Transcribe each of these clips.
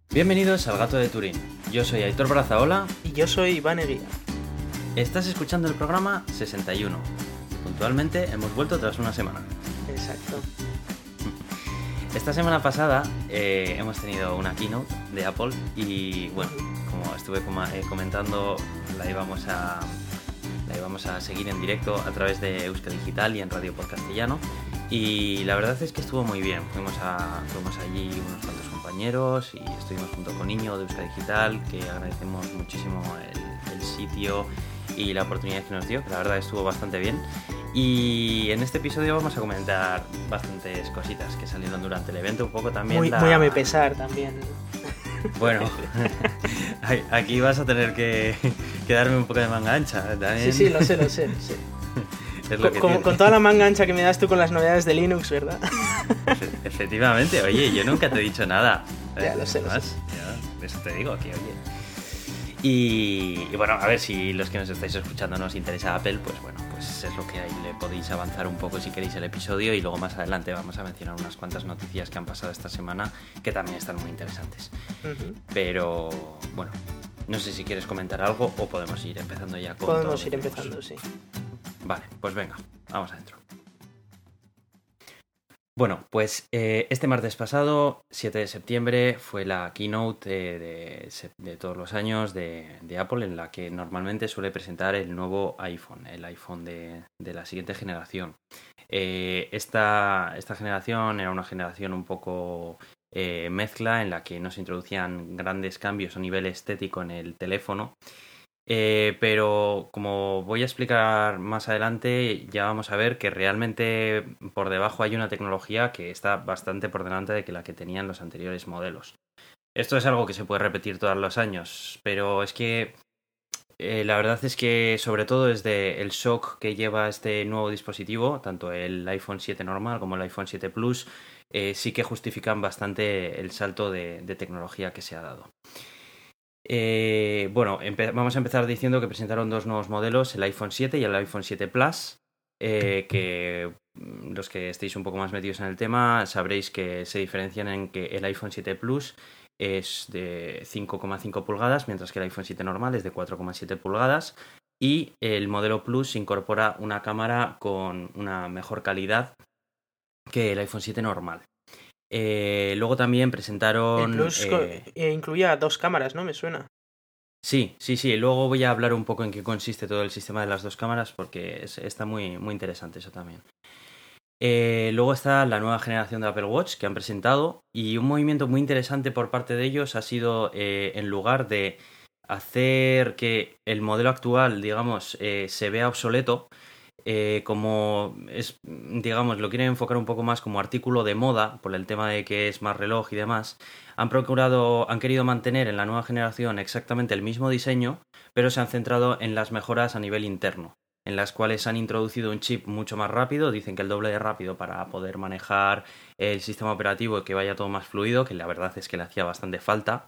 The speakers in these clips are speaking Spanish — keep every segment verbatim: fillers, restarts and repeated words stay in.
Bienvenidos al Gato de Turín. Yo soy Aitor Brazaola. Y yo soy Iván Eguía. Estás escuchando el programa sesenta y uno. Puntualmente hemos vuelto tras una semana. Exacto. Esta semana pasada eh, hemos tenido una keynote de Apple y bueno, como estuve com- eh, comentando, la íbamos a la íbamos a seguir en directo a través de Euskadi Digital y en Radio Por Castellano. Y la verdad es que estuvo muy bien. Fuimos, a, fuimos allí unos cuantos compañeros y estuvimos junto con Niño de Euskadi Digital, que agradecemos muchísimo el, el sitio y la oportunidad que nos dio, que la verdad estuvo bastante bien. Y en este episodio vamos a comentar bastantes cositas que salieron durante el evento, un poco también Muy, la... muy a mi pesar también. Bueno, aquí vas a tener que, que darme un poco de manga ancha también. Sí, sí, lo sé, lo sé, lo sé. Es lo que con, tiene. con toda la manga ancha que me das tú con las novedades de Linux, ¿verdad? Efectivamente, oye, yo nunca te he dicho nada. Ya, lo sé, lo sé. Ya, eso te digo, que oye. Y, y bueno, a ver, si los que nos estáis escuchando nos interesa Apple, pues bueno, pues es lo que hay. Le podéis avanzar un poco si queréis el episodio y luego más adelante vamos a mencionar unas cuantas noticias que han pasado esta semana que también están muy interesantes. Uh-huh. Pero bueno, no sé si quieres comentar algo o podemos ir empezando ya con Podemos ir empezando, sí. Vale, pues venga, vamos adentro. Bueno, pues eh, este martes pasado, siete de septiembre, fue la keynote de, de, de todos los años de, de Apple, en la que normalmente suele presentar el nuevo iPhone, el iPhone de, de la siguiente generación. Eh, esta, esta generación era una generación un poco eh, mezcla, en la que no se introducían grandes cambios a nivel estético en el teléfono. Eh, pero como voy a explicar más adelante, ya vamos a ver que realmente por debajo hay una tecnología que está bastante por delante de que la que tenían los anteriores modelos. Esto es algo que se puede repetir todos los años, pero es que eh, la verdad es que sobre todo desde el shock que lleva este nuevo dispositivo, tanto el iPhone siete normal como el iPhone siete Plus, eh, sí que justifican bastante el salto de, de tecnología que se ha dado. Eh, bueno, empe- vamos a empezar diciendo que presentaron dos nuevos modelos, el iPhone siete y el iPhone siete Plus, eh, que los que estéis un poco más metidos en el tema sabréis que se diferencian en que el iPhone siete Plus es de cinco coma cinco pulgadas, mientras que el iPhone siete normal es de cuatro coma siete pulgadas, y el modelo Plus incorpora una cámara con una mejor calidad que el iPhone siete normal. Eh, luego también presentaron... El Plus eh, incluía dos cámaras, ¿no? Me suena. Sí, sí, sí. Luego voy a hablar un poco en qué consiste todo el sistema de las dos cámaras porque es, está muy, muy interesante eso también. Eh, luego está la nueva generación de Apple Watch que han presentado y un movimiento muy interesante por parte de ellos ha sido eh, en lugar de hacer que el modelo actual, digamos, eh, se vea obsoleto, Eh, como es, digamos, lo quieren enfocar un poco más como artículo de moda por el tema de que es más reloj y demás, han procurado, han querido mantener en la nueva generación exactamente el mismo diseño, pero se han centrado en las mejoras a nivel interno, en las cuales han introducido un chip mucho más rápido, dicen que el doble de rápido para poder manejar el sistema operativo y que vaya todo más fluido, que la verdad es que le hacía bastante falta.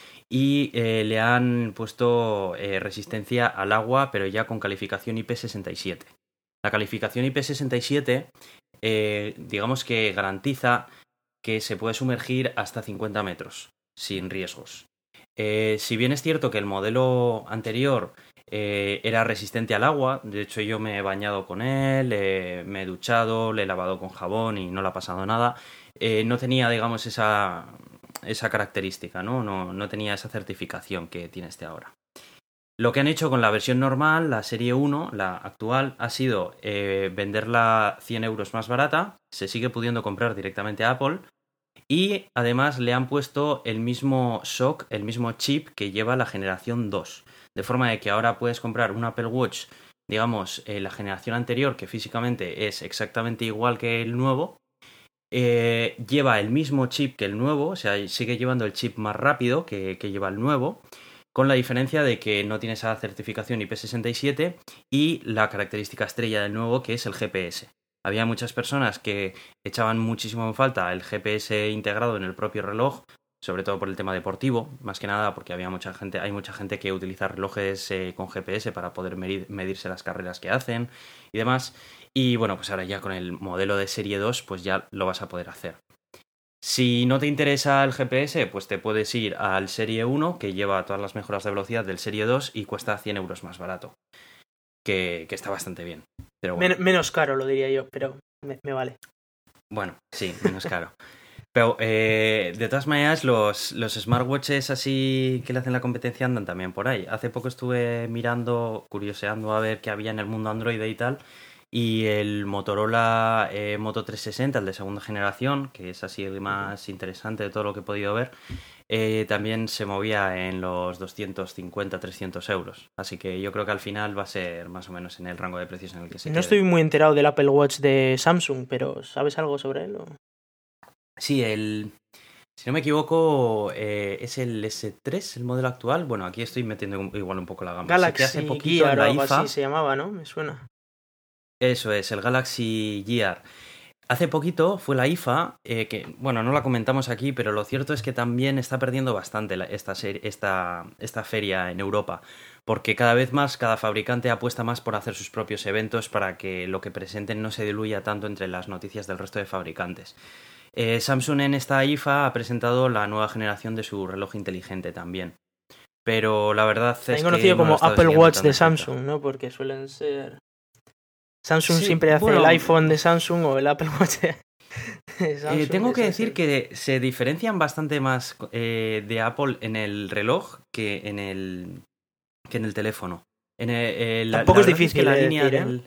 Y eh, le han puesto eh, resistencia al agua, pero ya con calificación I P sesenta y siete. La calificación I P sesenta y siete, eh, digamos que garantiza que se puede sumergir hasta cincuenta metros, sin riesgos. Eh, si bien es cierto que el modelo anterior eh, era resistente al agua, de hecho yo me he bañado con él, eh, me he duchado, le he lavado con jabón y no le ha pasado nada, eh, no tenía, digamos, esa, esa característica, ¿no? No, no tenía esa certificación que tiene este ahora. Lo que han hecho con la versión normal, la serie uno, la actual, ha sido eh, venderla cien euros más barata, se sigue pudiendo comprar directamente a Apple y además le han puesto el mismo SoC, el mismo chip que lleva la generación dos. De forma de que ahora puedes comprar un Apple Watch, digamos, eh, la generación anterior, que físicamente es exactamente igual que el nuevo, eh, lleva el mismo chip que el nuevo, o sea, sigue llevando el chip más rápido que, que lleva el nuevo, con la diferencia de que no tiene esa certificación I P sesenta y siete y la característica estrella del nuevo, que es el G P S. Había muchas personas que echaban muchísimo en falta el G P S integrado en el propio reloj, sobre todo por el tema deportivo, más que nada porque había mucha gente, hay mucha gente que utiliza relojes eh, con G P S para poder medir, medirse las carreras que hacen y demás. Y bueno, pues ahora ya con el modelo de serie dos, pues ya lo vas a poder hacer. Si no te interesa el G P S, pues te puedes ir al Serie uno, que lleva todas las mejoras de velocidad del Serie dos y cuesta cien euros más barato. Que, que está bastante bien. Pero bueno. Men- menos caro, lo diría yo, pero me, me vale. Bueno, sí, menos caro. Pero eh, de todas maneras, los, los smartwatches así que le hacen la competencia andan también por ahí. Hace poco estuve mirando, curioseando a ver qué había en el mundo Android y tal. Y el Motorola eh, Moto trescientos sesenta, el de segunda generación, que es así el más interesante de todo lo que he podido ver, eh, también se movía en los doscientos cincuenta a trescientos euros. Así que yo creo que al final va a ser más o menos en el rango de precios en el que se No quede. estoy muy enterado del Apple Watch de Samsung, pero ¿sabes algo sobre él? O... Sí, el... Si no me equivoco, eh, es el ese tres, el modelo actual. Bueno, aquí estoy metiendo igual un poco la gama. Galaxy hace poquito Gear en la o algo I F A, así se llamaba, ¿no? Me suena. Eso es, el Galaxy Gear. Hace poquito fue la I F A, eh, que, bueno, no la comentamos aquí, pero lo cierto es que también está perdiendo bastante la, esta, esta, esta feria en Europa, porque cada vez más cada fabricante apuesta más por hacer sus propios eventos para que lo que presenten no se diluya tanto entre las noticias del resto de fabricantes. Eh, Samsung en esta I F A ha presentado la nueva generación de su reloj inteligente también, pero la verdad es que... También conocido no como lo he estado Apple siguiendo Watch tan de de cerca. Samsung, ¿no? Porque suelen ser... Samsung Sí, siempre hace bueno, el iPhone de Samsung o el Apple Watch de, de Samsung. Eh, tengo que Esa decir es- que se diferencian bastante más eh, de Apple en el reloj que en el que en el teléfono. En el- eh, la, Tampoco la es verdad difícil que la de línea decir, ¿eh? del...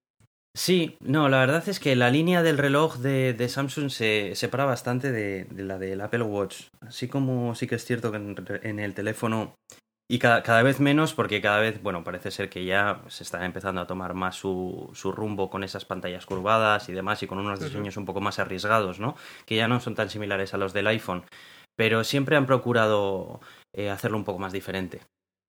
Sí, no, la verdad es que la línea del reloj de, de Samsung se separa bastante de, de la del Apple Watch. Así como sí que es cierto que en, en el teléfono, y cada, cada vez menos, porque cada vez, bueno, parece ser que ya se está empezando a tomar más su, su rumbo con esas pantallas curvadas y demás, y con unos diseños un poco más arriesgados, ¿no? Que ya no son tan similares a los del iPhone, pero siempre han procurado eh, hacerlo un poco más diferente.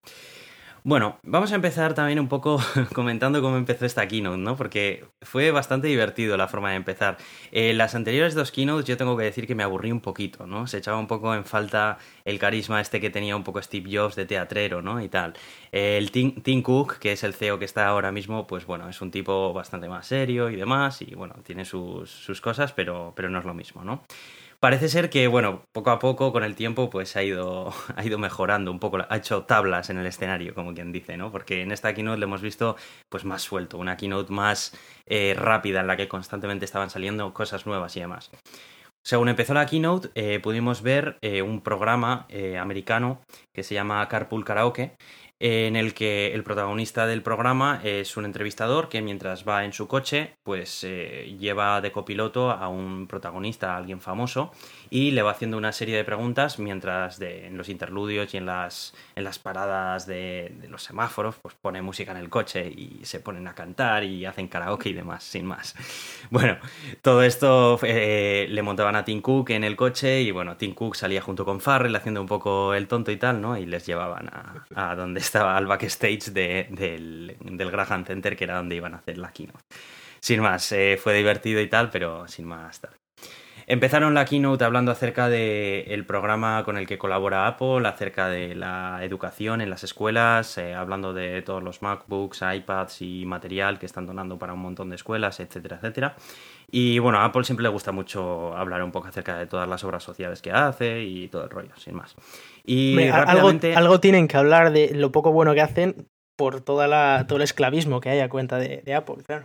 Bueno, vamos a empezar también un poco comentando cómo empezó esta keynote, ¿no? Porque fue bastante divertido la forma de empezar. Eh, las anteriores dos keynotes yo tengo que decir que me aburrí un poquito, ¿no? Se echaba un poco en falta el carisma este que tenía un poco Steve Jobs de teatrero, ¿no? Y tal. Eh, el Tim, Tim Cook, que es el C E O que está ahora mismo, pues bueno, es un tipo bastante más serio y demás, y bueno, tiene sus, sus cosas, pero, pero no es lo mismo, ¿no? Parece ser que, bueno, poco a poco, con el tiempo, pues ha ido, ha ido mejorando un poco, ha hecho tablas en el escenario, como quien dice, ¿no? Porque en esta keynote le hemos visto, pues, más suelto, una keynote más eh, rápida, en la que constantemente estaban saliendo cosas nuevas y demás. Según empezó la keynote, eh, pudimos ver eh, un programa eh, americano que se llama Carpool Karaoke, eh, en el que el protagonista del programa es un entrevistador que mientras va en su coche, pues eh, lleva de copiloto a un protagonista, a alguien famoso, y le va haciendo una serie de preguntas mientras de, en los interludios y en las, en las paradas de, de los semáforos, pues pone música en el coche y se ponen a cantar y hacen karaoke y demás, sin más. Bueno, todo esto eh, le montaban a Tim Cook en el coche y bueno, Tim Cook salía junto con Farrell haciendo un poco el tonto y tal, ¿no? Y les llevaban a, a donde estaba, al backstage de, del, del Graham Center, que era donde iban a hacer la keynote. Sin más, eh, fue divertido y tal, pero sin más tal. Empezaron la keynote hablando acerca del programa con el que colabora Apple, acerca de la educación en las escuelas, eh, hablando de todos los MacBooks, iPads y material que están donando para un montón de escuelas, etcétera, etcétera. Y bueno, a Apple siempre le gusta mucho hablar un poco acerca de todas las obras sociales que hace y todo el rollo, sin más. Y Hombre, rápidamente... algo, algo tienen que hablar de lo poco bueno que hacen por toda la, todo el esclavismo que hay a cuenta de, de Apple, claro.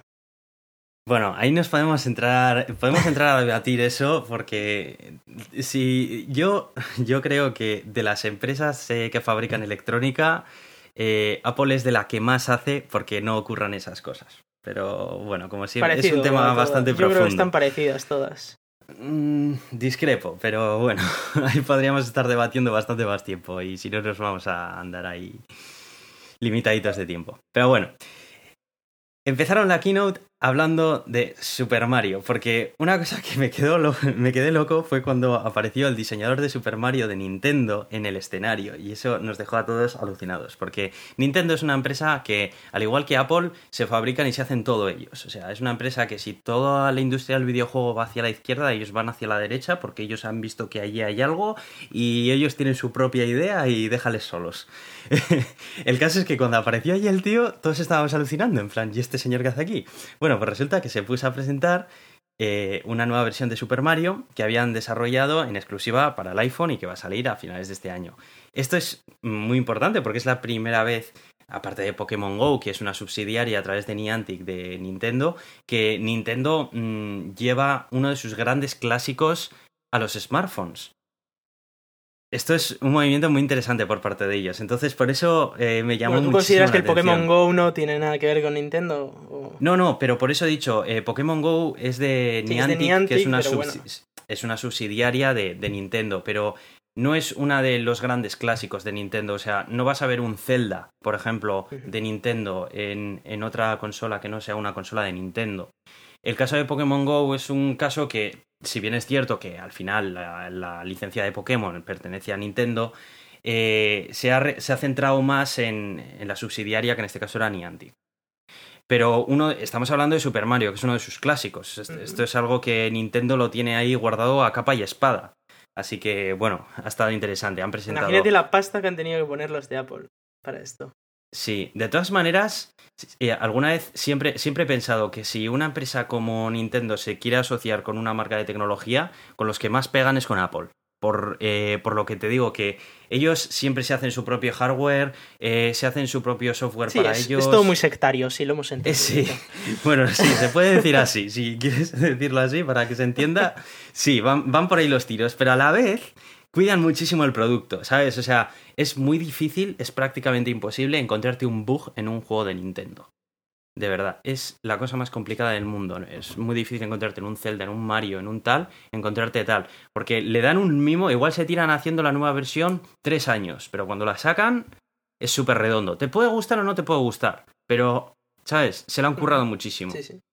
Bueno, ahí nos podemos entrar, podemos entrar a debatir eso, porque si yo, yo creo que de las empresas eh, que fabrican electrónica, eh, Apple es de la que más hace porque no ocurran esas cosas. Pero bueno, como siempre, Parecido, es un tema todas. bastante Yo profundo. creo que están parecidas todas. Mm, discrepo, pero bueno, ahí podríamos estar debatiendo bastante más tiempo y si no nos vamos a andar ahí limitaditos de tiempo. Pero bueno, empezaron la keynote hablando de Super Mario, porque una cosa que me quedó lo- me quedé loco fue cuando apareció el diseñador de Super Mario de Nintendo en el escenario, y eso nos dejó a todos alucinados, porque Nintendo es una empresa que, al igual que Apple, se fabrican y se hacen todo ellos. O sea, es una empresa que si toda la industria del videojuego va hacia la izquierda, ellos van hacia la derecha, porque ellos han visto que allí hay algo y ellos tienen su propia idea y déjales solos. El caso es que cuando apareció allí el tío, todos estábamos alucinando, en plan, ¿y este señor qué hace aquí? Bueno, pues resulta que se puso a presentar eh, una nueva versión de Super Mario que habían desarrollado en exclusiva para el iPhone y que va a salir a finales de este año. Esto es muy importante porque es la primera vez, aparte de Pokémon Go, que es una subsidiaria a través de Niantic de Nintendo, que Nintendo mmm, lleva uno de sus grandes clásicos a los smartphones. Esto es un movimiento muy interesante por parte de ellos. Entonces, por eso eh, me llamó bueno, ¿tú muchísimo la consideras que el atención. Pokémon Go no tiene nada que ver con Nintendo? ¿O? No, no, pero por eso he dicho, eh, Pokémon Go es de, sí, Niantic, es de Niantic, que es una, pero subsi- bueno. es una subsidiaria de, de Nintendo, pero no es una de los grandes clásicos de Nintendo. O sea, no vas a ver un Zelda, por ejemplo, de Nintendo en, en otra consola que no sea una consola de Nintendo. El caso de Pokémon Go es un caso que, si bien es cierto que al final la, la licencia de Pokémon pertenece a Nintendo, eh, se, ha re, se ha centrado más en, en la subsidiaria, que en este caso era Niantic. Pero uno, estamos hablando de Super Mario, que es uno de sus clásicos. Esto, esto es algo que Nintendo lo tiene ahí guardado a capa y espada. Así que, bueno, ha estado interesante. Han presentado... Imagínate la pasta que han tenido que poner los de Apple para esto. Sí, de todas maneras, eh, alguna vez siempre, siempre he pensado que si una empresa como Nintendo se quiere asociar con una marca de tecnología, con los que más pegan es con Apple. Por, eh, por lo que te digo, que ellos siempre se hacen su propio hardware, eh, se hacen su propio software sí, para es, ellos. Es todo muy sectario, sí, lo hemos entendido. Eh, sí, bueno, sí, se puede decir así, si quieres decirlo así para que se entienda. Sí, van, van por ahí los tiros, pero a la vez cuidan muchísimo el producto, ¿sabes? O sea, es muy difícil, es prácticamente imposible encontrarte un bug en un juego de Nintendo. De verdad, es la cosa más complicada del mundo. Es muy difícil encontrarte en un Zelda, en un Mario, en un tal, encontrarte tal. Porque le dan un mimo, igual se tiran haciendo la nueva versión tres años, pero cuando la sacan es súper redondo. Te puede gustar o no te puede gustar, pero, ¿sabes? Se la han currado muchísimo. Sí, sí.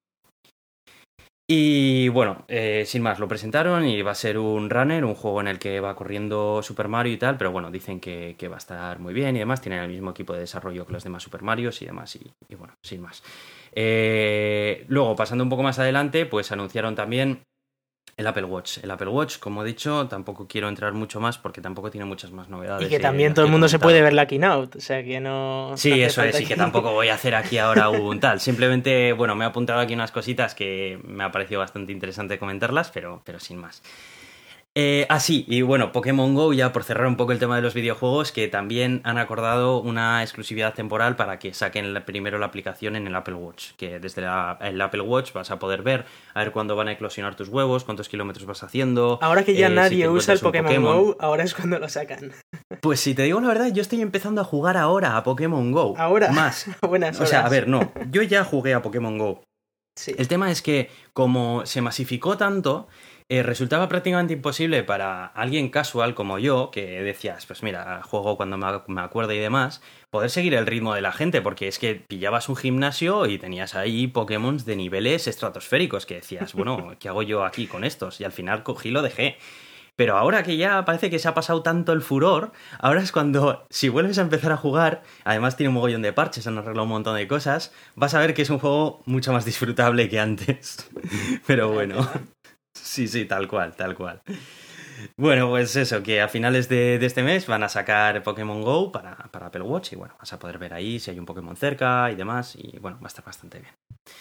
Y bueno, eh, sin más, lo presentaron y va a ser un runner, un juego en el que va corriendo Super Mario y tal, pero bueno, dicen que, que va a estar muy bien y demás, tienen el mismo equipo de desarrollo que los demás Super Marios y demás, y, y bueno, sin más. Eh, luego, pasando un poco más adelante, pues anunciaron también el Apple Watch. El Apple Watch, como he dicho, tampoco quiero entrar mucho más porque tampoco tiene muchas más novedades. Y que también todo el mundo se puede ver la keynote, o sea que no... Sí, no eso es, y aquí. que tampoco voy a hacer aquí ahora un tal. Simplemente, bueno, me he apuntado aquí unas cositas que me ha parecido bastante interesante comentarlas, pero, pero sin más. Eh, ah, sí, y bueno, Pokémon Go, ya por cerrar un poco el tema de los videojuegos, que también han acordado una exclusividad temporal para que saquen la, primero la aplicación en el Apple Watch, que desde la, el Apple Watch vas a poder ver, a ver cuándo van a eclosionar tus huevos, cuántos kilómetros vas haciendo. Ahora que ya eh, nadie si usa el Pokémon, Pokémon Go, ahora es cuando lo sacan. Pues si te digo la verdad, yo estoy empezando a jugar ahora a Pokémon Go. Ahora, más. Buenas horas. O sea, a ver, no, yo ya jugué a Pokémon Go. Sí. El tema es que como se masificó tanto, eh, resultaba prácticamente imposible para alguien casual como yo, que decías, pues mira, juego cuando me acuerdo y demás, poder seguir el ritmo de la gente, porque es que pillabas un gimnasio y tenías ahí Pokémon de niveles estratosféricos, que decías, bueno, ¿qué hago yo aquí con estos? Y al final cogí y lo dejé. Pero ahora que ya parece que se ha pasado tanto el furor, ahora es cuando, si vuelves a empezar a jugar, además tiene un mogollón de parches, han arreglado un montón de cosas, vas a ver que es un juego mucho más disfrutable que antes. Pero bueno, sí, sí, tal cual, tal cual. Bueno, pues eso, que a finales de, de este mes van a sacar Pokémon Go para, para Apple Watch y bueno, vas a poder ver ahí si hay un Pokémon cerca y demás y bueno, va a estar bastante bien.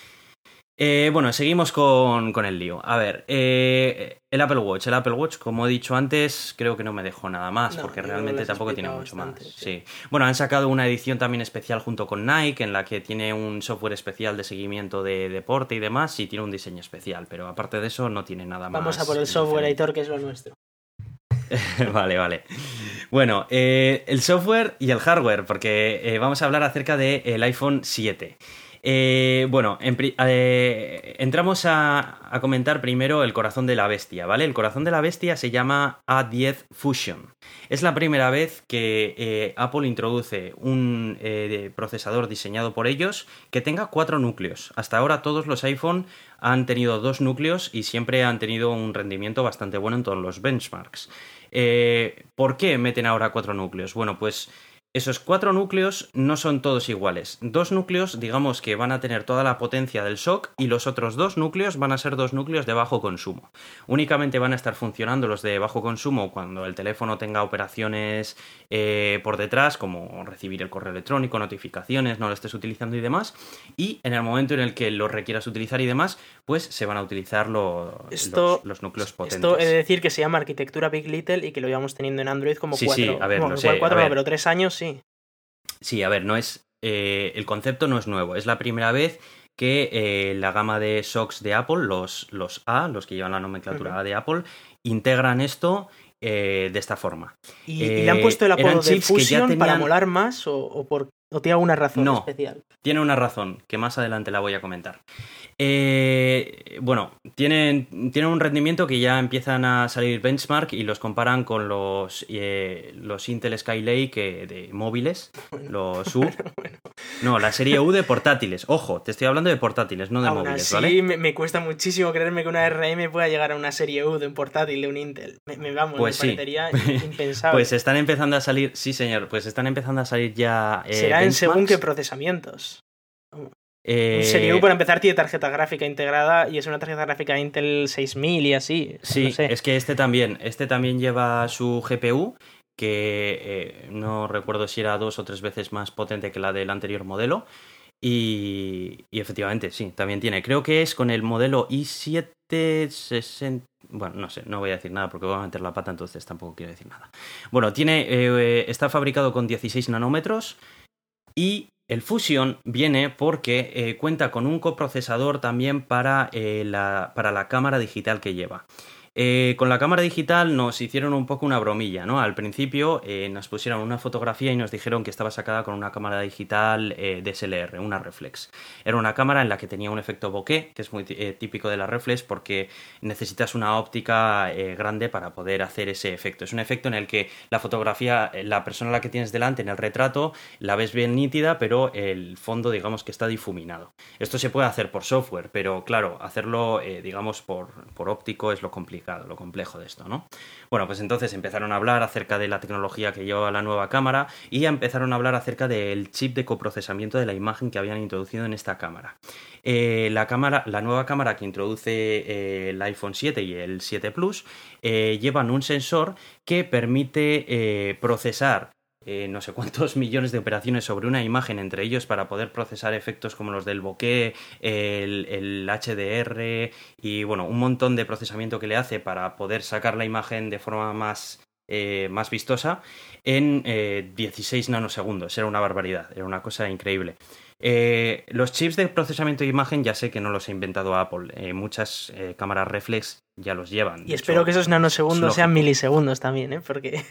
Eh, bueno, seguimos con, con el lío. A ver, eh, el Apple Watch. El Apple Watch, como he dicho antes, creo que no me dejó nada más, no, porque realmente tampoco tiene mucho bastante, más. Sí. Sí. Bueno, han sacado una edición también especial junto con Nike, en la que tiene un software especial de seguimiento de deporte y demás, y tiene un diseño especial, pero aparte de eso no tiene nada Vamos más. Vamos a por el software, Aitor, que es lo nuestro. Vale, vale. Bueno, eh, el software y el hardware, porque eh, vamos a hablar acerca del iPhone siete. Eh, bueno, en, eh, entramos a, a comentar primero el corazón de la bestia, ¿vale? El corazón de la bestia se llama A diez Fusion. Es la primera vez que eh, Apple introduce un eh, procesador diseñado por ellos que tenga cuatro núcleos. Hasta ahora todos los iPhone han tenido dos núcleos y siempre han tenido un rendimiento bastante bueno en todos los benchmarks. Eh, ¿Por qué meten ahora cuatro núcleos? Bueno, pues Esos cuatro núcleos no son todos iguales. Dos núcleos, digamos que van a tener toda la potencia del S O C y los otros dos núcleos van a ser dos núcleos de bajo consumo. Únicamente van a estar funcionando los de bajo consumo cuando el teléfono tenga operaciones eh, por detrás, como recibir el correo electrónico, notificaciones, no lo estés utilizando y demás. Y en el momento en el que lo requieras utilizar y demás, pues se van a utilizar lo, esto, los, los núcleos potentes. Esto he de decir que se llama arquitectura Big Little y que lo llevamos teniendo en Android como sí, cuatro, sí, a ver, como, no sé, cuatro a no, ver. pero tres años sí. Sí, a ver, no es eh, el concepto no es nuevo. Es la primera vez que eh, la gama de S O Cs de Apple, los, los A, los que llevan la nomenclatura Uh-huh. A de Apple, integran esto eh, de esta forma. ¿Y, eh, ¿Y le han puesto el apodo de Fusion tenían... para molar más o, o, por, o tiene alguna razón no, especial? Tiene una razón, que más adelante la voy a comentar. Eh, bueno, tienen, tienen un rendimiento que ya empiezan a salir benchmark y los comparan con los, eh, los Intel Skylake de móviles, bueno, los U. Bueno, bueno. No, la serie U de portátiles. Ojo, te estoy hablando de portátiles, no de Aún móviles, así, ¿vale? Sí, me, me cuesta muchísimo creerme que una R M pueda llegar a una serie U de un portátil de un Intel. Me, me, vamos, pues me sí. parecería impensable. Pues están empezando a salir, sí señor, pues están empezando a salir ya eh, Será en según qué procesamientos. Eh... Un Serie U, para empezar, tiene tarjeta gráfica integrada y es una tarjeta gráfica Intel seis mil y así. Sí, no sé. Es que este también, este también lleva su G P U, que eh, no recuerdo si era dos o tres veces más potente que la del anterior modelo. Y, y efectivamente, sí, también tiene. Creo que es con el modelo i siete sesenta. Bueno, no sé, no voy a decir nada porque voy a meter la pata, entonces tampoco quiero decir nada. Bueno, tiene, eh, está fabricado con dieciséis nanómetros y el Fusion viene porque eh, cuenta con un coprocesador también para, eh, la, para la cámara digital que lleva. Eh, con la cámara digital nos hicieron un poco una bromilla, ¿no? Al principio eh, nos pusieron una fotografía y nos dijeron que estaba sacada con una cámara digital eh, D S L R, una reflex. Era una cámara en la que tenía un efecto bokeh, que es muy eh, típico de la reflex porque necesitas una óptica eh, grande para poder hacer ese efecto. Es un efecto en el que la fotografía, la persona a la que tienes delante en el retrato, la ves bien nítida, pero el fondo, digamos, que está difuminado. Esto se puede hacer por software, pero claro, hacerlo, eh, digamos, por, por óptico es lo complicado. Lo complejo de esto, ¿no? Bueno, pues entonces empezaron a hablar acerca de la tecnología que llevaba la nueva cámara y empezaron a hablar acerca del chip de coprocesamiento de la imagen que habían introducido en esta cámara. Eh, la cámara, la nueva cámara que introduce eh, el iPhone siete y el siete Plus eh, llevan un sensor que permite eh, procesar Eh, no sé cuántos millones de operaciones sobre una imagen, entre ellos para poder procesar efectos como los del bokeh, el, el H D R y bueno, un montón de procesamiento que le hace para poder sacar la imagen de forma más, eh, más vistosa en eh, dieciséis nanosegundos. Era una barbaridad, era una cosa increíble. Eh, los chips de procesamiento de imagen ya sé que no los ha inventado Apple, eh, muchas eh, cámaras reflex ya los llevan. Y espero hecho, que esos nanosegundos sean milisegundos también, ¿eh? Porque...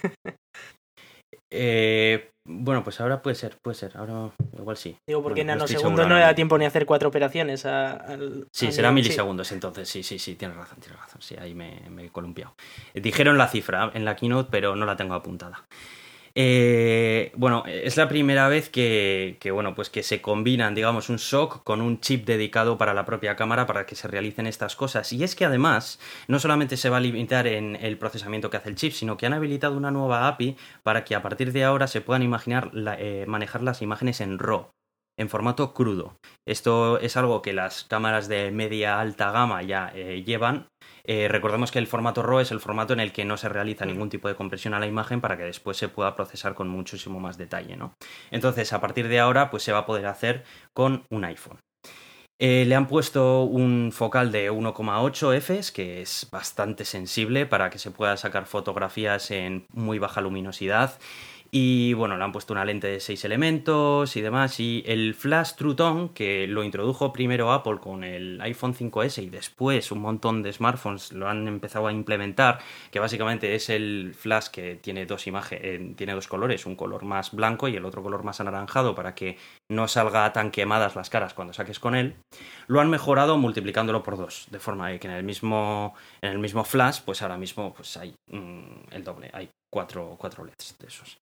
Eh, bueno, pues ahora puede ser, puede ser, ahora igual sí. Digo, porque bueno, en nanosegundos no le da tiempo ni a hacer cuatro operaciones a, al... Sí, al será nivel, milisegundos sí. Entonces, sí, sí, sí, tienes razón, tienes razón, sí, ahí me, me he columpiado. Dijeron la cifra en la keynote, pero no la tengo apuntada. Eh, bueno, es la primera vez que, que, bueno, pues que se combinan, digamos, un S O C con un chip dedicado para la propia cámara para que se realicen estas cosas. Y es que además, no solamente se va a limitar en el procesamiento que hace el chip, sino que han habilitado una nueva A P I para que a partir de ahora se puedan imaginar la, eh, manejar las imágenes en RAW, en formato crudo. Esto es algo que las cámaras de media alta gama ya eh, llevan. Eh, recordemos que el formato RAW es el formato en el que no se realiza ningún tipo de compresión a la imagen para que después se pueda procesar con muchísimo más detalle, ¿no? Entonces, a partir de ahora, pues se va a poder hacer con un iPhone. Eh, le han puesto un focal de uno coma ocho efes, que es bastante sensible para que se pueda sacar fotografías en muy baja luminosidad. Y bueno, le han puesto una lente de seis elementos y demás. Y el Flash True Tone, que lo introdujo primero Apple con el iPhone cinco ese y después un montón de smartphones lo han empezado a implementar, que básicamente es el flash que tiene dos imágenes, eh, tiene dos colores, un color más blanco y el otro color más anaranjado para que no salga tan quemadas las caras cuando saques con él. Lo han mejorado multiplicándolo por dos, de forma que en el mismo, en el mismo flash, pues ahora mismo pues hay mm, el doble, hay cuatro, cuatro L E Ds de esos.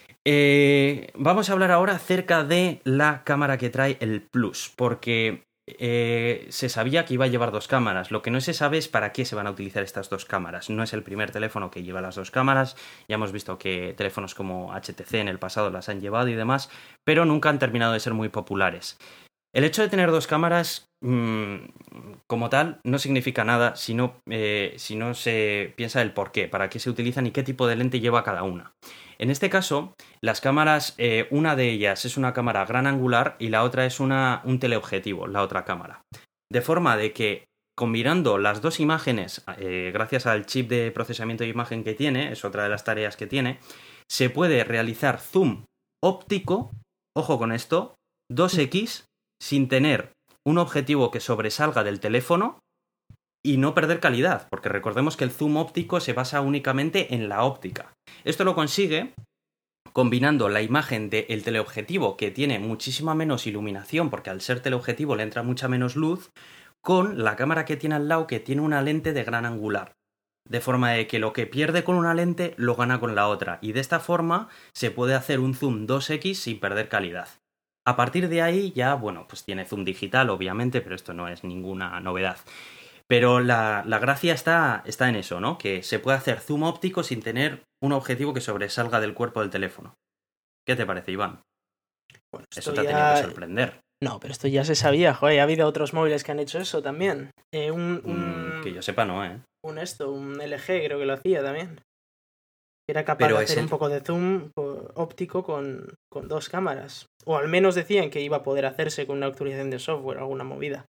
Eh, vamos a hablar ahora acerca de la cámara que trae el Plus, porque eh, se sabía que iba a llevar dos cámaras. Lo que no se sabe es para qué se van a utilizar estas dos cámaras. No es el primer teléfono que lleva las dos cámaras. Ya hemos visto que teléfonos como H T C en el pasado las han llevado y demás, pero nunca han terminado de ser muy populares. El hecho de tener dos cámaras, mmm, como tal, no significa nada si no, eh, si no se piensa el por qué, para qué se utilizan y qué tipo de lente lleva cada una. En este caso, las cámaras, eh, una de ellas es una cámara gran angular y la otra es una, un teleobjetivo, la otra cámara. De forma de que, combinando las dos imágenes, eh, gracias al chip de procesamiento de imagen que tiene, es otra de las tareas que tiene, se puede realizar zoom óptico, ojo con esto, dos equis, sin tener un objetivo que sobresalga del teléfono y no perder calidad, porque recordemos que el zoom óptico se basa únicamente en la óptica. Esto lo consigue combinando la imagen del teleobjetivo, que tiene muchísima menos iluminación, porque al ser teleobjetivo le entra mucha menos luz, con la cámara que tiene al lado, que tiene una lente de gran angular. De forma de que lo que pierde con una lente lo gana con la otra, y de esta forma se puede hacer un zoom dos equis sin perder calidad. A partir de ahí ya, bueno, pues tiene zoom digital, obviamente, pero esto no es ninguna novedad. Pero la, la gracia está, está en eso, ¿no? Que se puede hacer zoom óptico sin tener un objetivo que sobresalga del cuerpo del teléfono. ¿Qué te parece, Iván? Bueno, eso te ha ya... tenido que sorprender. No, pero esto ya se sabía, joder, ha habido otros móviles que han hecho eso también. Eh, un, un... Mm, que yo sepa, no, ¿eh? Un esto, un L G creo que lo hacía también. Era capaz pero de hacer el... un poco de zoom óptico con, con dos cámaras. O al menos decían que iba a poder hacerse con una actualización de software, alguna movida.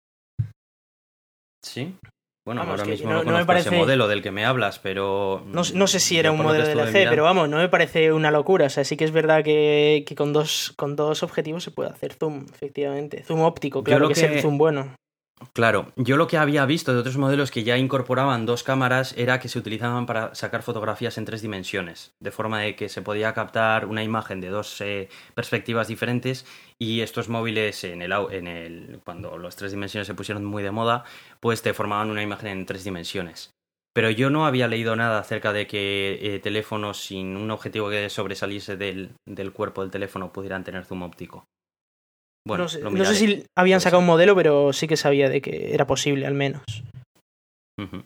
Sí. Bueno, vamos, ahora que mismo no, no, no conozco me parece... ese modelo del que me hablas, pero... No, no sé si era un modelo de L G, pero vamos, no me parece una locura. O sea, sí que es verdad que, que con, dos, con dos objetivos se puede hacer zoom, efectivamente. Zoom óptico, claro, que, que es el zoom bueno. Claro, yo lo que había visto de otros modelos que ya incorporaban dos cámaras era que se utilizaban para sacar fotografías en tres dimensiones, de forma de que se podía captar una imagen de dos eh, perspectivas diferentes, y estos móviles en el, en el cuando las tres dimensiones se pusieron muy de moda, pues te formaban una imagen en tres dimensiones. Pero yo no había leído nada acerca de que eh, teléfonos sin un objetivo que sobresaliese del, del cuerpo del teléfono pudieran tener zoom óptico. Bueno, no, sé, no sé si habían sacado un modelo, pero sí que sabía de que era posible, al menos. Uh-huh.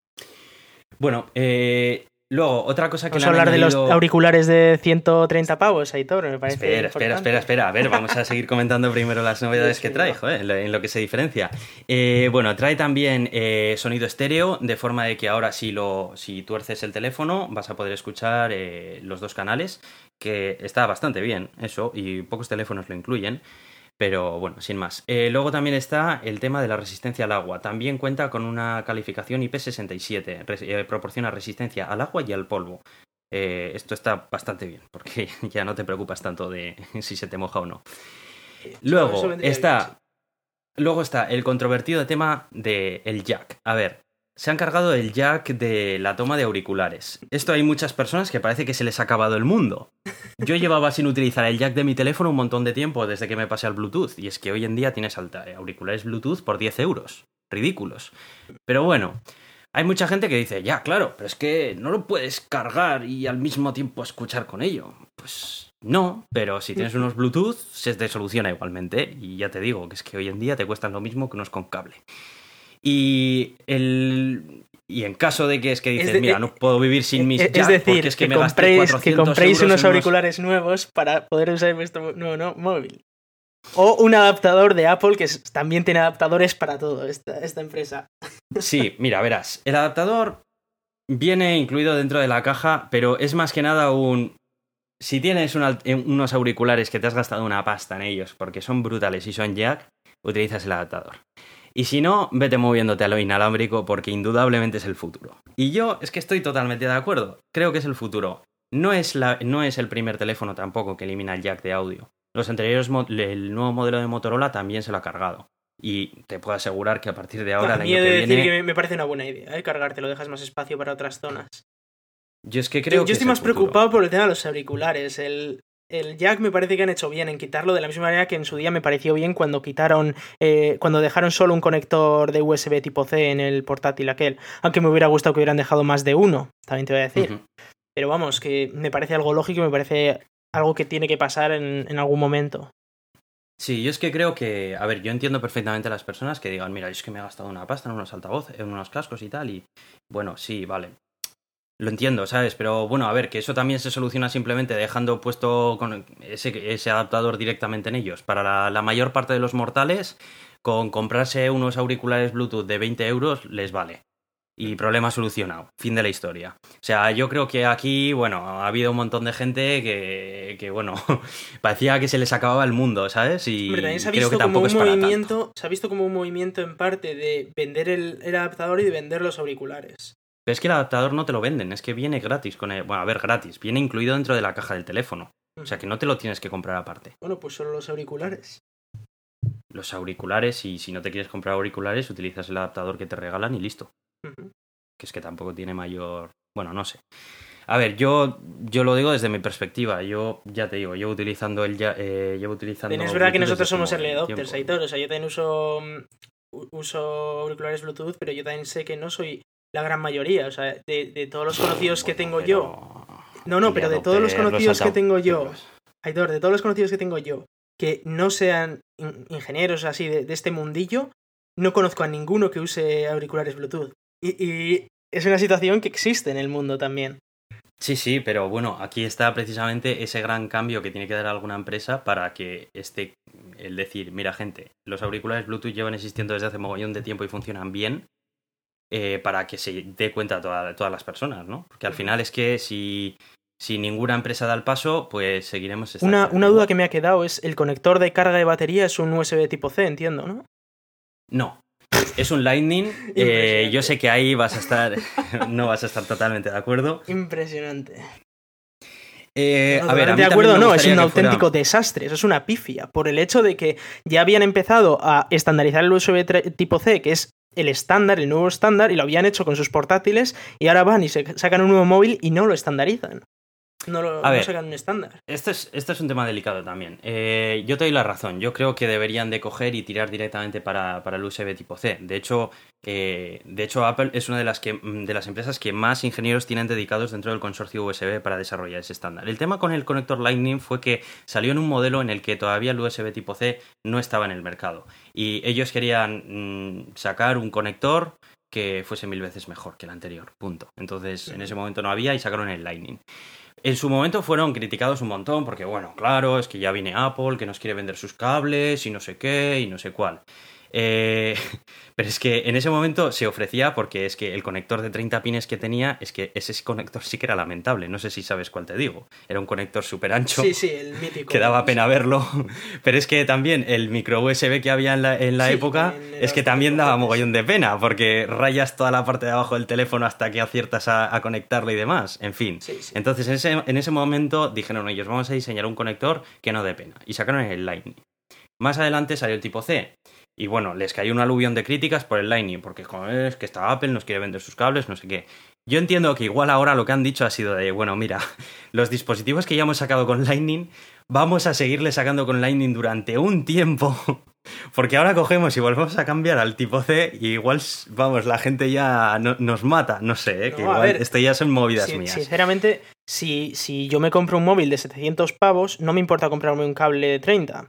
Bueno, eh, luego, otra cosa que vamos a hablar añadido... de los auriculares de ciento treinta pavos, Aitor, me parece Espera, espera, espera, espera. A ver, vamos a seguir comentando primero las novedades que trae, joder, en, lo, en lo que se diferencia. Eh, bueno, trae también eh, sonido estéreo, de forma de que ahora si, lo, si tuerces el teléfono vas a poder escuchar eh, los dos canales, que está bastante bien, eso, y pocos teléfonos lo incluyen. Pero bueno, sin más. Eh, luego también está el tema de la resistencia al agua. También cuenta con una calificación I P sesenta y siete. Res- eh, proporciona resistencia al agua y al polvo. Eh, esto está bastante bien, porque ya no te preocupas tanto de si se te moja o no. Luego está, luego está el controvertido tema del jack. A ver, se han cargado el jack de la toma de auriculares. Esto hay muchas personas que parece que se les ha acabado el mundo. Yo llevaba sin utilizar el jack de mi teléfono un montón de tiempo desde que me pasé al Bluetooth. Y es que hoy en día tienes auriculares Bluetooth por diez euros. Ridículos. Pero bueno, hay mucha gente que dice, ya, claro, pero es que no lo puedes cargar y al mismo tiempo escuchar con ello. Pues no, pero si tienes unos Bluetooth se te soluciona igualmente. Y ya te digo, que es que hoy en día te cuestan lo mismo que unos con cable. Y el... Y en caso de que es que dices, es de, mira, no puedo vivir sin mis jack, es decir, porque es que, que me compréis, gasté que compréis unos unos auriculares nuevos para poder usar vuestro nuevo no, móvil. O un adaptador de Apple, que también tiene adaptadores para todo esta, esta empresa. Sí, mira, verás, el adaptador viene incluido dentro de la caja, pero es más que nada un... Si tienes una, unos auriculares que te has gastado una pasta en ellos porque son brutales y son jack, utilizas el adaptador. Y si no, vete moviéndote a lo inalámbrico porque indudablemente es el futuro. Y yo es que estoy totalmente de acuerdo. Creo que es el futuro. No es, la, no es el primer teléfono tampoco que elimina el jack de audio. Los anteriores, el nuevo modelo de Motorola también se lo ha cargado. Y te puedo asegurar que a partir de ahora... A mí he de decir que me parece una buena idea, ¿eh? Cargarte, lo dejas más espacio para otras zonas. Yo es que creo yo, que yo estoy más preocupado por el tema de los auriculares. El... El jack me parece que han hecho bien en quitarlo, de la misma manera que en su día me pareció bien cuando quitaron, eh, cuando dejaron solo un conector de U S B tipo C en el portátil aquel. Aunque me hubiera gustado que hubieran dejado más de uno, también te voy a decir. Uh-huh. Pero vamos, que me parece algo lógico y me parece algo que tiene que pasar en, en algún momento. Sí, yo es que creo que, a ver, yo entiendo perfectamente a las personas que digan, mira, es que me he gastado una pasta en unos altavoces, en unos cascos y tal, y bueno, sí, vale. Lo entiendo, ¿sabes? Pero bueno, a ver, que eso también se soluciona simplemente dejando puesto con ese, ese adaptador directamente en ellos. Para la, la mayor parte de los mortales, con comprarse unos auriculares Bluetooth de veinte euros les vale. Y problema solucionado. Fin de la historia. O sea, yo creo que aquí, bueno, ha habido un montón de gente que, que bueno, parecía que se les acababa el mundo, ¿sabes? Y Hombre, también se ha creo visto que como tampoco un es para movimiento, tanto. se ha visto como un movimiento en parte de vender el, el adaptador y de vender los auriculares. Pero es que el adaptador no te lo venden, es que viene gratis con el... Bueno, a ver, gratis. Viene incluido dentro de la caja del teléfono. O sea, que no te lo tienes que comprar aparte. Bueno, pues solo los auriculares. Los auriculares, y si no te quieres comprar auriculares, utilizas el adaptador que te regalan y listo. Uh-huh. Que es que tampoco tiene mayor... Bueno, no sé. A ver, yo, yo lo digo desde mi perspectiva. Yo, ya te digo, llevo utilizando el... Ya, eh, llevo utilizando... Bien, es verdad que Bluetooth nosotros desde somos hace early un adopters, tiempo. Aitor. O sea, yo también uso, uso auriculares Bluetooth, pero yo también sé que no soy la gran mayoría. O sea, de, de todos los conocidos que Bueno, tengo pero... yo... No, no, early pero de todos los adopter, conocidos que alta- tengo yo... los- Aitor, de todos los conocidos que tengo yo, que no sean in- ingenieros así de, de este mundillo, no conozco a ninguno que use auriculares Bluetooth. Y, y es una situación que existe en el mundo también. Sí, sí, pero bueno, aquí está precisamente ese gran cambio que tiene que dar alguna empresa para que esté, el decir, mira gente, los auriculares Bluetooth llevan existiendo desde hace mogollón de tiempo y funcionan bien, eh, para que se dé cuenta toda, todas las personas, ¿no? Porque al final es que si, si ninguna empresa da el paso, pues seguiremos Una, exactamente una duda igual. que me ha quedado es, el conector de carga de batería es un U S B tipo C, entiendo, ¿no? No, es un Lightning, eh, yo sé que ahí vas a estar, no vas a estar totalmente de acuerdo. Impresionante. Eh, No, a ver, a mí de también acuerdo, me no, es gustaría un que fuera- auténtico desastre, eso es una pifia, por el hecho de que ya habían empezado a estandarizar el U S B tre- tipo C, que es el estándar, el nuevo estándar, y lo habían hecho con sus portátiles, y ahora van y se sacan un nuevo móvil y no lo estandarizan. No, lo, A no ver. sacan un estándar. Esto es, esto es un tema delicado también. Eh, yo te doy la razón. Yo creo que deberían de coger y tirar directamente para, para el U S B tipo C. De hecho, eh, de hecho, Apple es una de las, que, de las empresas que más ingenieros tienen dedicados dentro del consorcio U S B para desarrollar ese estándar. El tema con el conector Lightning fue que salió en un modelo en el que todavía el U S B tipo C no estaba en el mercado. Y ellos querían mmm, sacar un conector que fuese mil veces mejor que el anterior. Punto. Entonces, en ese momento no había y sacaron el Lightning. En su momento fueron criticados un montón porque, bueno, claro, es que ya viene Apple, que nos quiere vender sus cables y no sé qué y no sé cuál. Eh, pero es que en ese momento se ofrecía porque es que el conector de treinta pines que tenía, es que ese conector sí que era lamentable. No sé si sabes cuál te digo. Era un conector súper ancho. Sí, sí, el mítico. Que daba pena verlo. Pero es que también el micro U S B que había en la, en la Sí, época es que también daba mogollón de pena porque rayas toda la parte de abajo del teléfono hasta que aciertas a, a conectarlo y demás. En fin. Sí, sí. Entonces en ese, en ese momento dijeron ellos, vamos a diseñar un conector que no dé pena. Y sacaron el Lightning. Más adelante salió el tipo C. Y bueno, les cayó un aluvión de críticas por el Lightning, porque joder, es que está Apple, nos quiere vender sus cables, no sé qué. Yo entiendo que igual ahora lo que han dicho ha sido de, bueno, mira, los dispositivos que ya hemos sacado con Lightning, vamos a seguirle sacando con Lightning durante un tiempo, porque ahora cogemos y volvemos a cambiar al tipo C y igual, vamos, la gente ya no, nos mata, no sé, ¿eh? No, que a igual ver, esto ya son movidas Sí, mías. sinceramente, si, si yo me compro un móvil de setecientos pavos, no me importa comprarme un cable de treinta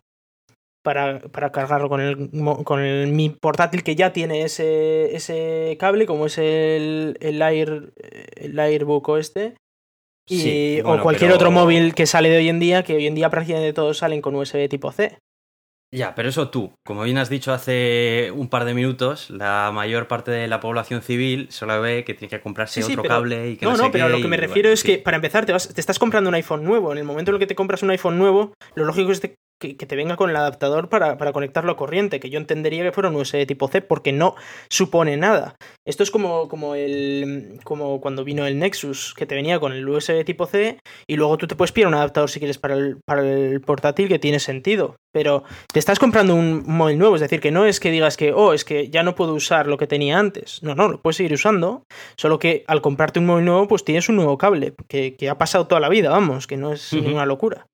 para, para cargarlo con el, mo- con el mi portátil que ya tiene ese, ese cable, como es el, el, Air, el Airbook o este. Y, Sí, bueno, o cualquier pero- otro móvil que sale de hoy en día, que hoy en día prácticamente todos salen con U S B tipo C. Ya, pero eso tú, como bien has dicho hace un par de minutos, la mayor parte de la población civil solo ve que tiene que comprarse Sí, sí, otro pero- cable y que no, no, no, sé pero qué, a lo que me y, refiero bueno, es sí. que para empezar te, vas, te estás comprando un iPhone nuevo. En el momento en el que te compras un iPhone nuevo, lo lógico es de- que, que te venga con el adaptador para, para conectarlo a corriente, que yo entendería que fuera un U S B tipo C porque no supone nada. Esto es como, como, el, como cuando vino el Nexus, que te venía con el U S B tipo C y luego tú te puedes pillar un adaptador si quieres para el, para el portátil, que tiene sentido. Pero te estás comprando un móvil nuevo, es decir, que no es que digas que, oh, es que ya no puedo usar lo que tenía antes. No, no, lo puedes seguir usando, solo que al comprarte un móvil nuevo, pues tienes un nuevo cable, que, que ha pasado toda la vida, vamos, que no es Ujú. ninguna locura.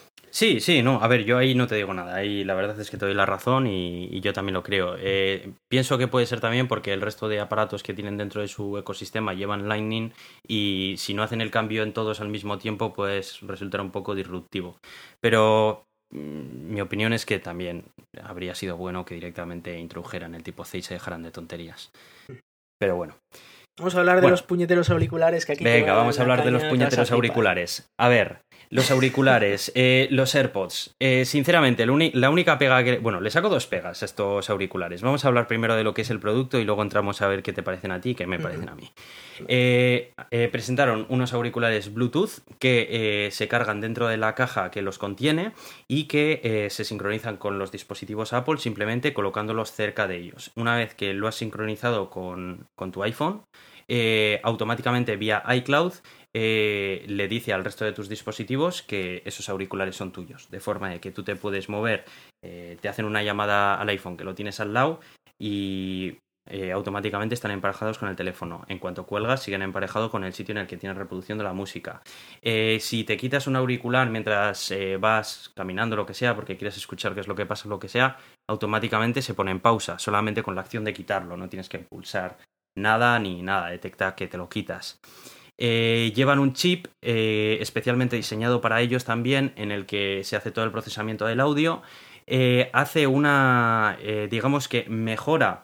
Sí, sí, no, a ver, yo ahí no te digo nada, ahí la verdad es que te doy la razón y, y yo también lo creo. Eh, pienso que puede ser también porque el resto de aparatos que tienen dentro de su ecosistema llevan Lightning y si no hacen el cambio en todos al mismo tiempo, pues resultará un poco disruptivo. Pero mi opinión es que también habría sido bueno que directamente introdujeran el tipo C y se dejaran de tonterías. Pero bueno. Vamos a hablar de bueno, los puñeteros auriculares que aquí... Venga, vamos a hablar de los puñeteros auriculares. A ver, los auriculares, eh, los AirPods. Eh, sinceramente, la única pega que... Bueno, le saco dos pegas a estos auriculares. Vamos a hablar primero de lo que es el producto y luego entramos a ver qué te parecen a ti y qué me parecen a mí. Eh, eh, presentaron unos auriculares Bluetooth que eh, se cargan dentro de la caja que los contiene y que eh, se sincronizan con los dispositivos Apple simplemente colocándolos cerca de ellos. Una vez que lo has sincronizado con, con tu iPhone, eh, automáticamente vía iCloud eh, le dice al resto de tus dispositivos que esos auriculares son tuyos, de forma de que tú te puedes mover, eh, te hacen una llamada al iPhone que lo tienes al lado y... Eh, automáticamente están emparejados con el teléfono. En cuanto cuelgas, siguen emparejados con el sitio en el que tienes reproducción de la música. Eh, si te quitas un auricular mientras eh, vas caminando, lo que sea, porque quieres escuchar qué es lo que pasa, lo que sea, automáticamente se pone en pausa, solamente con la acción de quitarlo. No tienes que pulsar nada ni nada, detecta que te lo quitas. Eh, llevan un chip eh, especialmente diseñado para ellos también, en el que se hace todo el procesamiento del audio. Eh, hace una, eh, digamos que mejora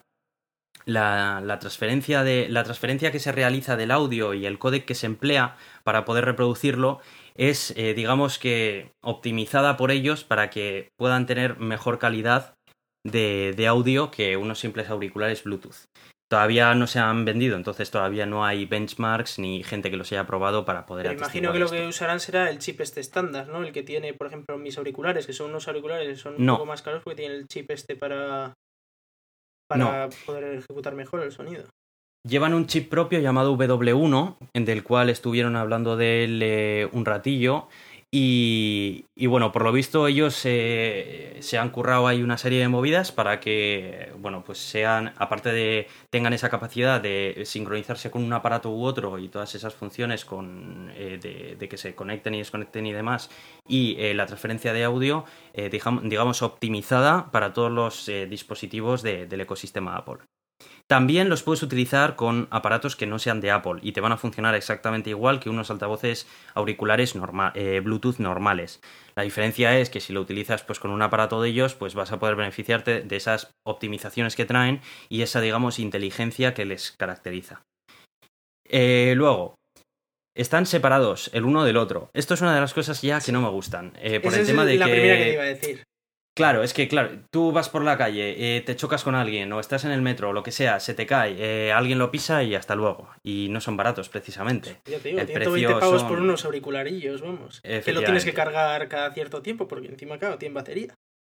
La, la, transferencia de, la transferencia que se realiza del audio y el códec que se emplea para poder reproducirlo es, eh, digamos que, optimizada por ellos para que puedan tener mejor calidad de, de audio que unos simples auriculares Bluetooth. Todavía no se han vendido, entonces todavía no hay benchmarks ni gente que los haya probado para poder atestiguar. Imagino que lo esto. que usarán será el chip este estándar, ¿no? El que tiene, por ejemplo, mis auriculares, que son unos auriculares que son un no. poco más caros porque tienen el chip este para... para no. poder ejecutar mejor el sonido. Llevan un chip propio llamado W uno, del cual estuvieron hablando de él eh, un ratillo. Y, y bueno, por lo visto ellos eh, se han currado ahí una serie de movidas para que, bueno, pues sean, aparte de tengan esa capacidad de sincronizarse con un aparato u otro y todas esas funciones con, eh, de, de que se conecten y desconecten y demás, y eh, la transferencia de audio, eh, digamos, digamos, optimizada para todos los eh, dispositivos de, del ecosistema Apple. También los puedes utilizar con aparatos que no sean de Apple y te van a funcionar exactamente igual que unos altavoces auriculares norma- eh, Bluetooth normales. La diferencia es que si lo utilizas pues, con un aparato de ellos, pues vas a poder beneficiarte de esas optimizaciones que traen y esa, digamos, inteligencia que les caracteriza. Eh, luego, están separados el uno del otro. Esto es una de las cosas ya que no me gustan. Eh, por Esa el es tema de la que... primera que te iba a decir. Claro, es que, claro, tú vas por la calle, eh, te chocas con alguien o estás en el metro o lo que sea, se te cae, eh, alguien lo pisa y hasta luego. Y no son baratos, precisamente. Ya te digo, el ciento veinte pavos son... por unos auricularillos, vamos. Que lo tienes que cargar cada cierto tiempo porque encima, claro, tiene batería.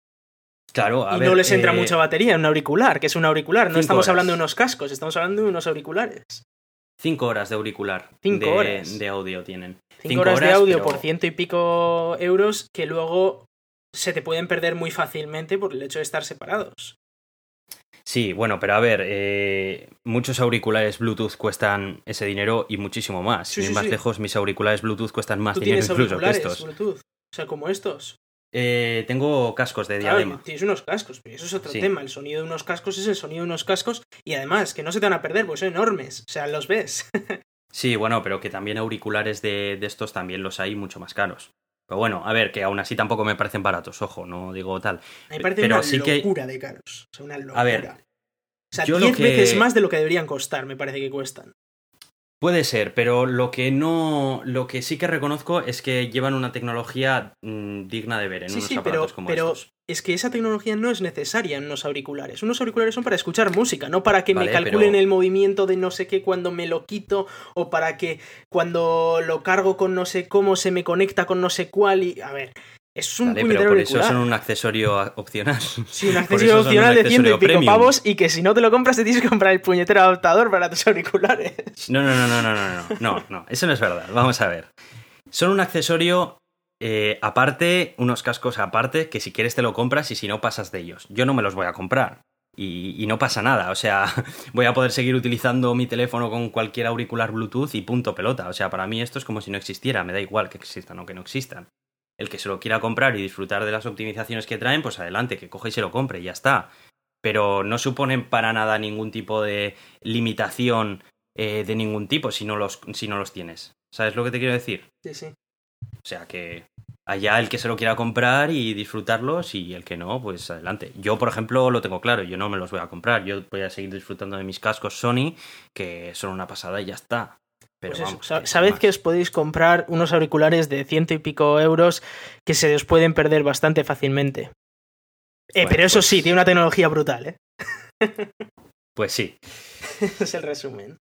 Claro, a y ver, no les entra eh... mucha batería en un auricular, que es un auricular. No estamos horas. hablando de unos cascos, estamos hablando de unos auriculares. Cinco horas de auricular. Cinco de, horas. De audio tienen. Cinco, Cinco horas, horas de audio pero... por ciento y pico euros que luego se te pueden perder muy fácilmente por el hecho de estar separados. Sí, bueno, pero a ver, eh, muchos auriculares Bluetooth cuestan ese dinero y muchísimo más. Sí, Sin sí, más sí. lejos, mis auriculares Bluetooth cuestan más ¿Tú dinero tienes incluso que auriculares estos. Bluetooth? O sea, como estos. Eh, tengo cascos de claro, diadema. Tienes unos cascos, pero eso es otro sí. tema. El sonido de unos cascos es el sonido de unos cascos y además que no se te van a perder porque son enormes. O sea, los ves. Sí, bueno, pero que también auriculares de, de estos también los hay mucho más caros. Pero bueno, a ver, que aún así tampoco me parecen baratos, ojo, no digo tal. A mí me parece pero una sí locura que... de caros. O sea, una locura. A ver, o sea, yo diez lo que... veces más de lo que deberían costar, me parece que cuestan. Puede ser, pero lo que no, lo que sí que reconozco es que llevan una tecnología mmm, digna de ver en sí, unos sí, aparatos pero, como pero estos. Es que esa tecnología no es necesaria en unos auriculares. Unos auriculares son para escuchar música, no para que vale, me calculen pero... el movimiento de no sé qué cuando me lo quito, o para que cuando lo cargo con no sé cómo se me conecta con no sé cuál y... A ver, es un vale, puñetero pero por auricular. eso son un accesorio opcional. Sí, un accesorio opcional de ciento y pico premium. pavos y que si no te lo compras te tienes que comprar el puñetero adaptador para tus auriculares. No, no, no, no, no, no, no, no, no, eso no es verdad. Vamos a ver. Son un accesorio... Eh, aparte, unos cascos aparte, que si quieres te lo compras y si no pasas de ellos. Yo no me los voy a comprar y, y no pasa nada, o sea, voy a poder seguir utilizando mi teléfono con cualquier auricular Bluetooth y punto pelota. O sea, para mí esto es como si no existiera, me da igual que existan o que no existan. El que se lo quiera comprar y disfrutar de las optimizaciones que traen, pues adelante, que coja y se lo compre y ya está. Pero no suponen para nada ningún tipo de limitación eh, de ningún tipo si no los, si no los tienes. ¿Sabes lo que te quiero decir? Sí, sí. O sea que... allá el que se lo quiera comprar y disfrutarlos, y el que no, pues adelante. Yo, por ejemplo, lo tengo claro, yo no me los voy a comprar, yo voy a seguir disfrutando de mis cascos Sony, que son una pasada y ya está. Pero pues vamos, eso, sabed que os podéis comprar unos auriculares de ciento y pico euros que se os pueden perder bastante fácilmente. Eh, bueno, pero eso pues... sí, tiene una tecnología brutal, ¿eh? Pues sí. Es el resumen.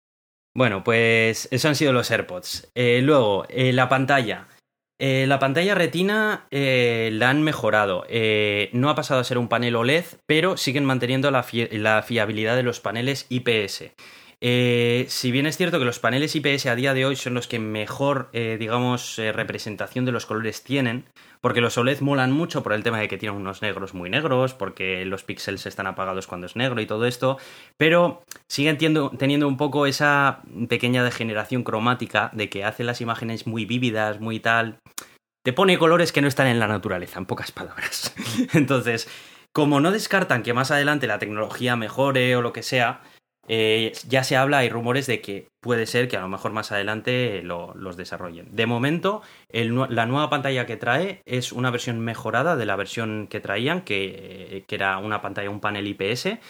Bueno, pues eso han sido los AirPods. Eh, luego, eh, la pantalla. Eh, la pantalla Retina eh, la han mejorado. Eh, no ha pasado a ser un panel O L E D, pero siguen manteniendo la, fi- la fiabilidad de los paneles I P S. Eh, si bien es cierto que los paneles I P S a día de hoy son los que mejor, eh, digamos, eh, representación de los colores tienen, porque los O L E D molan mucho por el tema de que tienen unos negros muy negros, porque los píxeles están apagados cuando es negro y todo esto, pero siguen tiendo, teniendo un poco esa pequeña degeneración cromática de que hace las imágenes muy vívidas, muy tal... Te pone colores que no están en la naturaleza, en pocas palabras. Entonces, como no descartan que más adelante la tecnología mejore o lo que sea... Eh, ya se habla, hay rumores de que puede ser que a lo mejor más adelante lo, los desarrollen. De momento, el, la nueva pantalla que trae es una versión mejorada de la versión que traían, que, que era una pantalla, un panel I P S,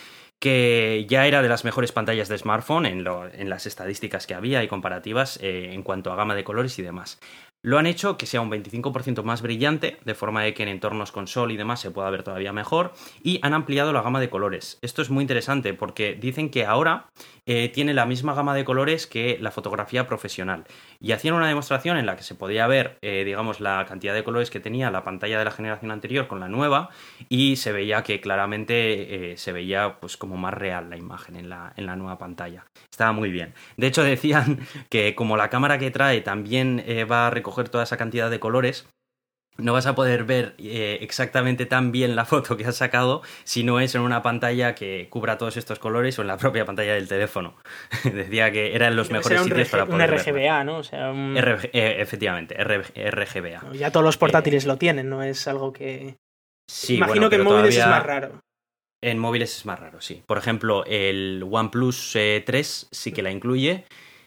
que ya era de las mejores pantallas de smartphone en, lo, en las estadísticas que había y comparativas eh, en cuanto a gama de colores y demás. Lo han hecho que sea un veinticinco por ciento más brillante, de forma de que en entornos con sol y demás se pueda ver todavía mejor, y han ampliado la gama de colores. Esto es muy interesante porque dicen que ahora eh, tiene la misma gama de colores que la fotografía profesional. Y hacían una demostración en la que se podía ver, eh, digamos, la cantidad de colores que tenía la pantalla de la generación anterior con la nueva, y se veía que claramente eh, se veía pues como más real la imagen en la, en la nueva pantalla. Estaba muy bien. De hecho, decían que como la cámara que trae también eh, va a recoger coger toda esa cantidad de colores, no vas a poder ver eh, exactamente tan bien la foto que has sacado si no es en una pantalla que cubra todos estos colores o en la propia pantalla del teléfono. Decía que eran los Debe mejores sitios Rg- para poder un R G B A, verlo. ¿no? O sea, un... R- eh, efectivamente, R- R G B A. Ya todos los portátiles eh... lo tienen, no es algo que... Sí, imagino bueno, que en móviles todavía... es más raro. En móviles es más raro, sí. Por ejemplo, el OnePlus eh, tres sí que la incluye.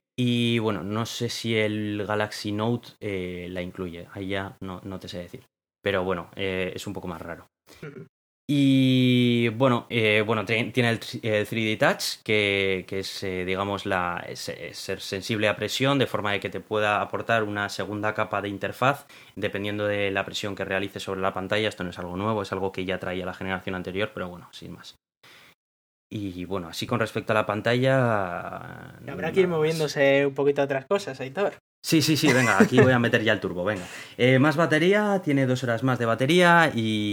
Y bueno, no sé si el Galaxy Note eh, la incluye, ahí ya no, no te sé decir. Pero bueno, eh, es un poco más raro. Uh-huh. Y bueno, eh, bueno tiene el, el tres D Touch, que, que es, eh, digamos, la, es, es ser sensible a presión, de forma de que te pueda aportar una segunda capa de interfaz, dependiendo de la presión que realices sobre la pantalla. Esto no es algo nuevo, es algo que ya traía la generación anterior, pero bueno, sin más. Y bueno, así con respecto a la pantalla... Habrá que ir moviéndose un poquito a otras cosas, Aitor. Sí, sí, sí, venga, aquí voy a meter ya el turbo, venga. Eh, más batería, tiene dos horas más de batería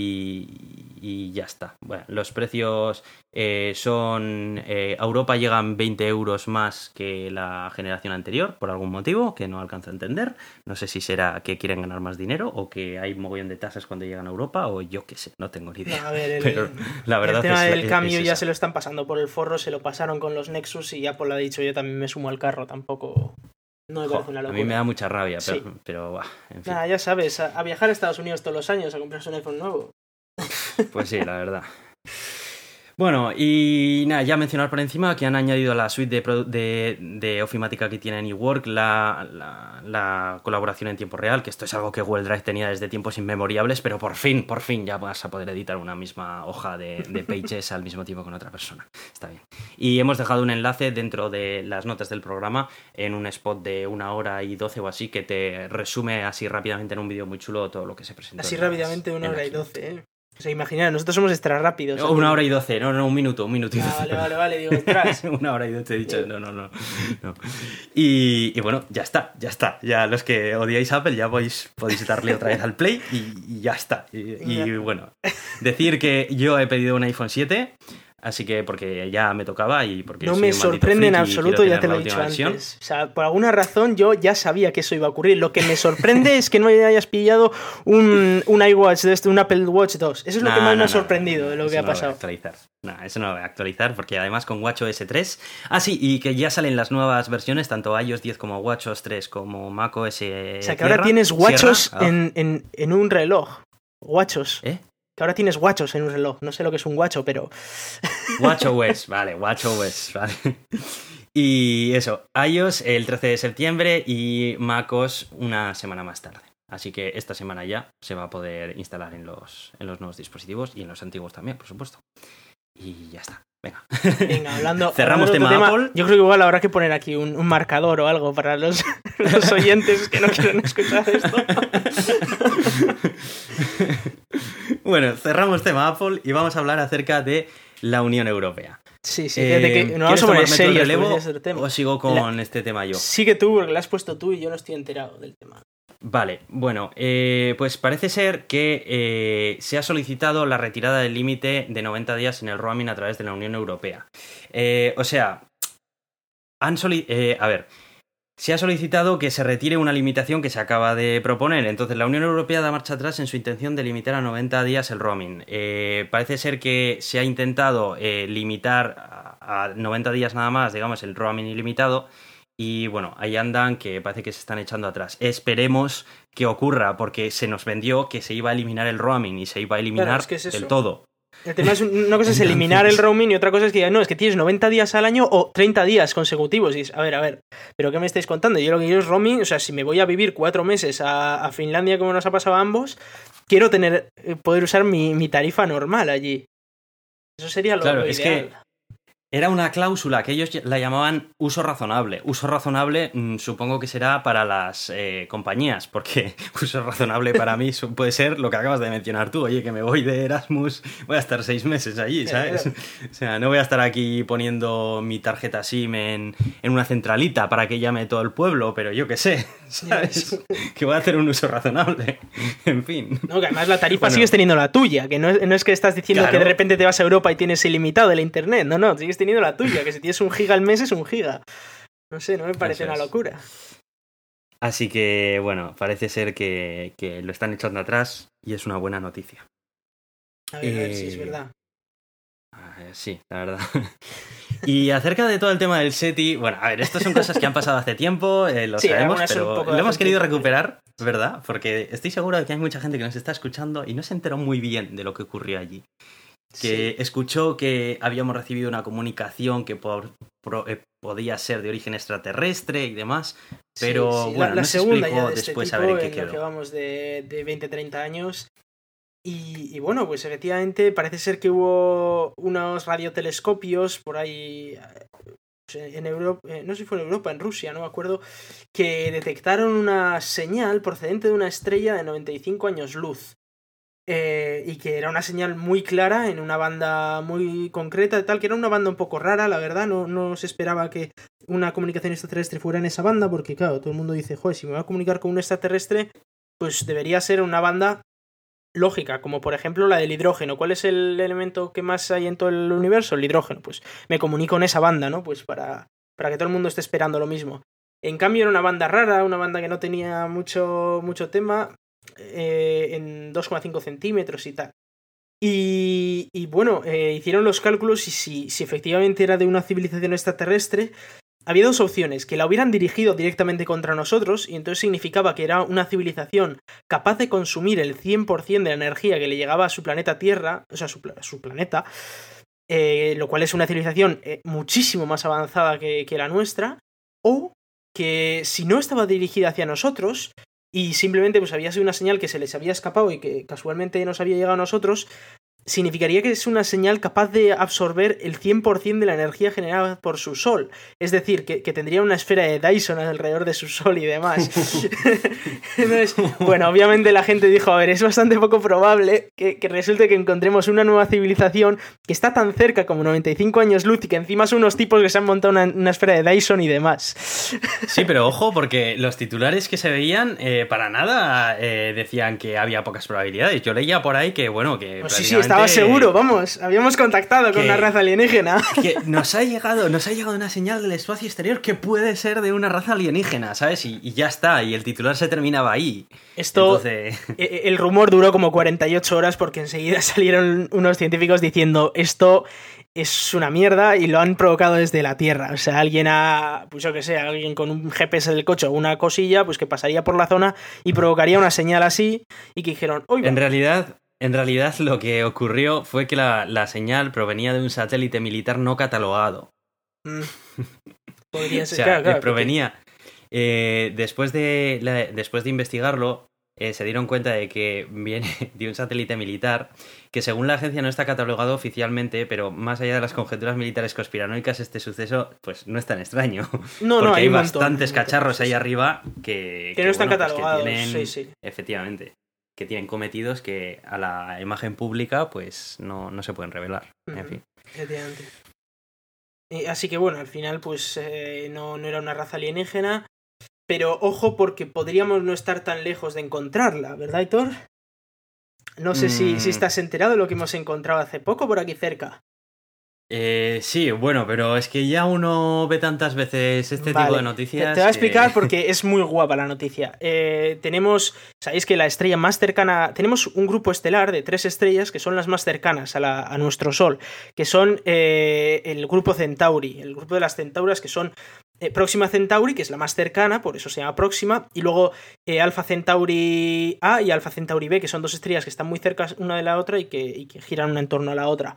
y, y ya está. Bueno, los precios eh, son... Eh, a Europa llegan veinte euros más que la generación anterior, por algún motivo que no alcanzo a entender. No sé si será que quieren ganar más dinero o que hay mogollón de tasas cuando llegan a Europa o yo qué sé, no tengo ni idea. No, a ver, el, Pero la verdad el tema es, del es, cambio es ya esa. se lo están pasando por el forro, se lo pasaron con los Nexus y Apple lo ha dicho, yo también me sumo al carro, tampoco... No me Jo, parece una locura. A mí me da mucha rabia, pero, sí. pero bah, en fin. Nada, ya sabes, a, a viajar a Estados Unidos todos los años a comprarse un iPhone nuevo. Pues sí, la verdad. Bueno, y nada, ya mencionar por encima que han añadido a la suite de, de, de ofimática que tiene en eWork la, la, la colaboración en tiempo real, que esto es algo que Google Drive tenía desde tiempos inmemoriales, pero por fin, por fin ya vas a poder editar una misma hoja de, de Pages al mismo tiempo con otra persona. Está bien. Y hemos dejado un enlace dentro de las notas del programa en un spot de una hora y doce o así que te resume así rápidamente en un vídeo muy chulo todo lo que se presentó. Así rápidamente una hora y doce, ¿eh? O sea, imaginad, nosotros somos extra rápidos. No, una hora y doce, no, no, un minuto, un minuto y doce. Ah, vale, vale, vale, digo, ostras. Una hora y doce he dicho, no, no, no. no. Y, y bueno, ya está, ya está. Ya los que odiáis Apple ya podéis, podéis darle otra vez al play y, y ya está. Y, y bueno, decir que yo he pedido un iPhone siete, así que porque ya me tocaba y porque no soy me un sorprende en absoluto, ya te lo he dicho versión. antes. O sea, por alguna razón yo ya sabía que eso iba a ocurrir. Lo que me sorprende es que no hayas pillado un, un iWatch de este, un Apple Watch dos. Eso es lo nah, que más nah, me ha nah, sorprendido nah, de lo eso que ha no pasado. Lo voy a actualizar. Nah, eso no lo voy a actualizar porque además con WatchOS tres... Ah, sí, y que ya salen las nuevas versiones, tanto iOS diez como WatchOS tres como macOS O sea, que ahora tienes WatchOS oh. en, en, en un reloj. WatchOS. ¿Eh? Que ahora tienes guachos en un reloj. No sé lo que es un guacho, pero... WatchOS, vale, WatchOS, vale. Y eso, iOS el trece de septiembre y macOS una semana más tarde. Así que esta semana ya se va a poder instalar en los, en los nuevos dispositivos y en los antiguos también, por supuesto. Y ya está. Venga. Venga, hablando. Cerramos hablando tema, tema Apple. Yo creo que igual habrá que poner aquí un, un marcador o algo para los, los oyentes que no quieren escuchar esto. Bueno, cerramos tema Apple y vamos a hablar acerca de la Unión Europea. Sí, sí, Eh, de que no vamos ¿quieres a poner tomarme tú el serios relevo con este tema. o sigo con La- este tema yo? Sigue tú, porque lo has puesto tú y yo no estoy enterado del tema. Vale, bueno, eh, pues parece ser que eh, se ha solicitado la retirada del límite de noventa días en el roaming a través de la Unión Europea. Eh, o sea, han soli- eh, a ver, se ha solicitado que se retire una limitación que se acaba de proponer. Entonces, la Unión Europea da marcha atrás en su intención de limitar a noventa días el roaming. Eh, parece ser que se ha intentado eh, limitar a, a noventa días nada más, digamos, el roaming ilimitado. Y bueno, ahí andan que parece que se están echando atrás. Esperemos que ocurra, porque se nos vendió que se iba a eliminar el roaming y se iba a eliminar Claro, es que es del eso. todo. El tema es, una cosa es eliminar el roaming y otra cosa es que no, es que tienes noventa días al año o treinta días consecutivos. Y es, a ver, a ver, ¿pero qué me estáis contando? Yo lo que quiero es roaming, o sea, si me voy a vivir cuatro meses a, a Finlandia como nos ha pasado a ambos, quiero tener eh, poder usar mi, mi tarifa normal allí. Eso sería lo, Claro, lo es ideal. que era una cláusula que ellos la llamaban uso razonable. Uso razonable mmm, supongo que será para las eh, compañías, porque uso razonable para mí su- puede ser lo que acabas de mencionar tú. Oye, que me voy de Erasmus, voy a estar seis meses allí, ¿sabes? O sea, no voy a estar aquí poniendo mi tarjeta SIM en, en una centralita para que llame todo el pueblo, pero yo qué sé, ¿sabes? Que voy a hacer un uso razonable. En fin. No, que además la tarifa Bueno. sigues teniendo la tuya, que no es, no es que estás diciendo Claro. que de repente te vas a Europa y tienes ilimitado el internet, no, no, sigues teniendo la tuya, que si tienes un giga al mes es un giga. No sé, no me parece Eso una es. locura. Así que, bueno, parece ser que, que lo están echando atrás y es una buena noticia. A ver, a ver si es Eh, verdad. Ah, sí, la verdad. Y acerca de todo el tema del SETI, bueno, a ver, estas son cosas que han pasado hace tiempo, eh, lo Sí, sabemos, algunas son un pero poco lo de hemos hace querido tiempo. recuperar, ¿verdad? Porque estoy seguro de que hay mucha gente que nos está escuchando y no se enteró muy bien de lo que ocurrió allí. Que Sí. escuchó que habíamos recibido una comunicación que por, pro- eh, podía ser de origen extraterrestre y demás, pero Sí, sí, bueno, la, la no se segunda explicó ya de este después tipo a ver en qué en lo quedó. que vamos de, de veinte treinta años. Y, y bueno, pues efectivamente parece ser que hubo unos radiotelescopios por ahí eh, en Europa, eh, no sé si fue en Europa, en Rusia, no me acuerdo, que detectaron una señal procedente de una estrella de noventa y cinco años luz. Eh, y que era una señal muy clara en una banda muy concreta, tal, que era una banda un poco rara, la verdad, no, no se esperaba que una comunicación extraterrestre fuera en esa banda, porque claro, todo el mundo dice, joder, si me voy a comunicar con un extraterrestre, pues debería ser una banda lógica, como por ejemplo la del hidrógeno. ¿Cuál es el elemento que más hay en todo el universo? El hidrógeno. Pues me comunico en esa banda, ¿no? Pues para, para que todo el mundo esté esperando lo mismo. En cambio era una banda rara, una banda que no tenía mucho, mucho tema, eh, en dos coma cinco centímetros y tal. Y, y bueno, eh, hicieron los cálculos y si, si efectivamente era de una civilización extraterrestre, había dos opciones, que la hubieran dirigido directamente contra nosotros y entonces significaba que era una civilización capaz de consumir el cien por ciento de la energía que le llegaba a su planeta Tierra, o sea, su, su planeta, eh, lo cual es una civilización eh, muchísimo más avanzada que, que la nuestra, o que si no estaba dirigida hacia nosotros y simplemente pues había sido una señal que se les había escapado y que casualmente nos había llegado a nosotros, significaría que es una señal capaz de absorber el cien por ciento de la energía generada por su sol. Es decir, que, que tendría una esfera de Dyson alrededor de su sol y demás. Entonces, bueno, obviamente la gente dijo, a ver, es bastante poco probable que, que resulte que encontremos una nueva civilización que está tan cerca como noventa y cinco años luz y que encima son unos tipos que se han montado una, una esfera de Dyson y demás. Sí, pero ojo, porque los titulares que se veían eh, para nada eh, decían que había pocas probabilidades. Yo leía por ahí que, bueno, que Pues sí, sí, prácticamente- estaba seguro, vamos. Habíamos contactado con que- una raza alienígena. que nos ha llegado, nos ha llegado una señal del espacio exterior que puede ser de una raza alienígena, ¿sabes? Y, y ya está, y el titular se terminaba ahí. Esto, Entonces, eh, el rumor duró como cuarenta y ocho horas porque enseguida salieron unos científicos diciendo esto es una mierda y lo han provocado desde la Tierra. O sea, alguien ha, pues yo que sé, alguien con un G P S del coche o una cosilla, pues que pasaría por la zona y provocaría una señal así y que dijeron, oiga, en realidad, en realidad lo que ocurrió fue que la, la señal provenía de un satélite militar no catalogado. mm, podría O ser, sea, claro, claro, que provenía... eh, después, de, la- después de investigarlo, eh, se dieron cuenta de que viene de un satélite militar que según la agencia no está catalogado oficialmente, pero más allá de las conjeturas militares conspiranoicas, este suceso pues no es tan extraño. No, porque no, hay, hay bastantes montón, cacharros sí, ahí sí. arriba que, Que, que no están bueno, pues, catalogados, que tienen, sí, sí. efectivamente, que tienen cometidos que a la imagen pública pues no, no se pueden revelar. Uh-huh. En fin. Efectivamente. Y, así que bueno, al final pues eh, no, no era una raza alienígena, pero ojo porque podríamos no estar tan lejos de encontrarla, ¿verdad, Hitor? No sé mm. si, si estás enterado de lo que hemos encontrado hace poco por aquí cerca. Eh, sí, bueno, pero es que ya uno ve tantas veces este vale. tipo de noticias. Te, te voy a explicar que... porque es muy guapa la noticia. Eh, tenemos, sabéis que la estrella más cercana, tenemos un grupo estelar de tres estrellas que son las más cercanas a, la, a nuestro Sol, que son eh, el grupo Centauri, el grupo de las Centauras que son eh, Próxima Centauri, que es la más cercana, por eso se llama Próxima, y luego eh, Alpha Centauri A y Alpha Centauri B, que son dos estrellas que están muy cerca una de la otra y que, y que giran una en torno a la otra.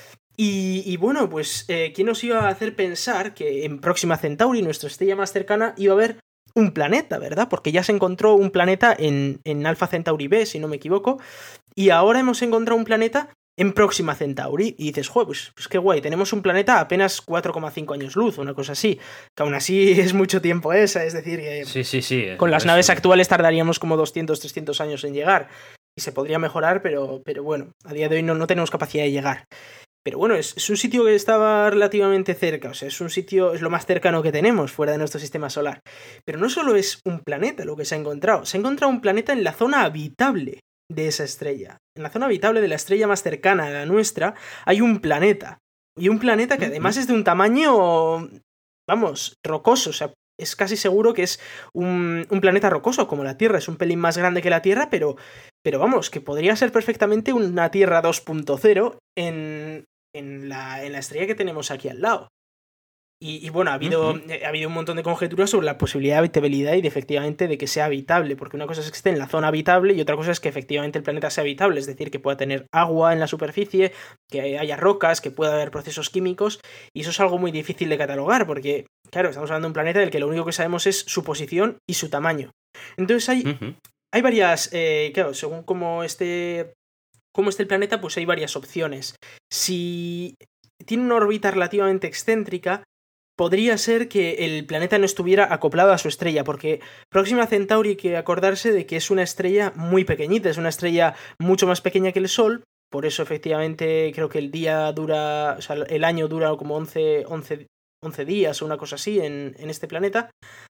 Y, y bueno, pues, eh, ¿quién nos iba a hacer pensar que en Próxima Centauri, nuestra estrella más cercana, iba a haber un planeta, ¿verdad? Porque ya se encontró un planeta en, en Alpha Centauri B, si no me equivoco, y ahora hemos encontrado un planeta en Próxima Centauri, y dices, joder, pues, pues qué guay, tenemos un planeta a apenas cuatro coma cinco años luz, una cosa así, que aún así es mucho tiempo esa, es decir, que sí, sí, sí, con las eso. naves actuales tardaríamos como doscientos, trescientos años en llegar, y se podría mejorar, pero, pero bueno, a día de hoy no, no tenemos capacidad de llegar. Pero bueno, es, es un sitio que estaba relativamente cerca, o sea, es un sitio, es lo más cercano que tenemos fuera de nuestro sistema solar. Pero no solo es un planeta lo que se ha encontrado, se ha encontrado un planeta en la zona habitable de esa estrella. En la zona habitable de la estrella más cercana a la nuestra hay un planeta. Y un planeta que además es de un tamaño, vamos, rocoso, o sea, es casi seguro que es un, un planeta rocoso como la Tierra, es un pelín más grande que la Tierra, pero, pero vamos, que podría ser perfectamente una Tierra dos punto cero en... En la, en la estrella que tenemos aquí al lado. Y, y bueno, ha habido, uh-huh. ha habido un montón de conjeturas sobre la posibilidad de habitabilidad y de efectivamente de que sea habitable, porque una cosa es que esté en la zona habitable y otra cosa es que efectivamente el planeta sea habitable, es decir, que pueda tener agua en la superficie, que haya rocas, que pueda haber procesos químicos, y eso es algo muy difícil de catalogar, porque, claro, estamos hablando de un planeta del que lo único que sabemos es su posición y su tamaño. Entonces hay, uh-huh. hay varias, eh, claro, según cómo esté... cómo está el planeta, pues hay varias opciones. Si tiene una órbita relativamente excéntrica, podría ser que el planeta no estuviera acoplado a su estrella, porque Próxima Centauri hay que acordarse de que es una estrella muy pequeñita, es una estrella mucho más pequeña que el Sol, por eso efectivamente creo que el día dura, o sea, el año dura como once, once, once días o una cosa así en, en este planeta.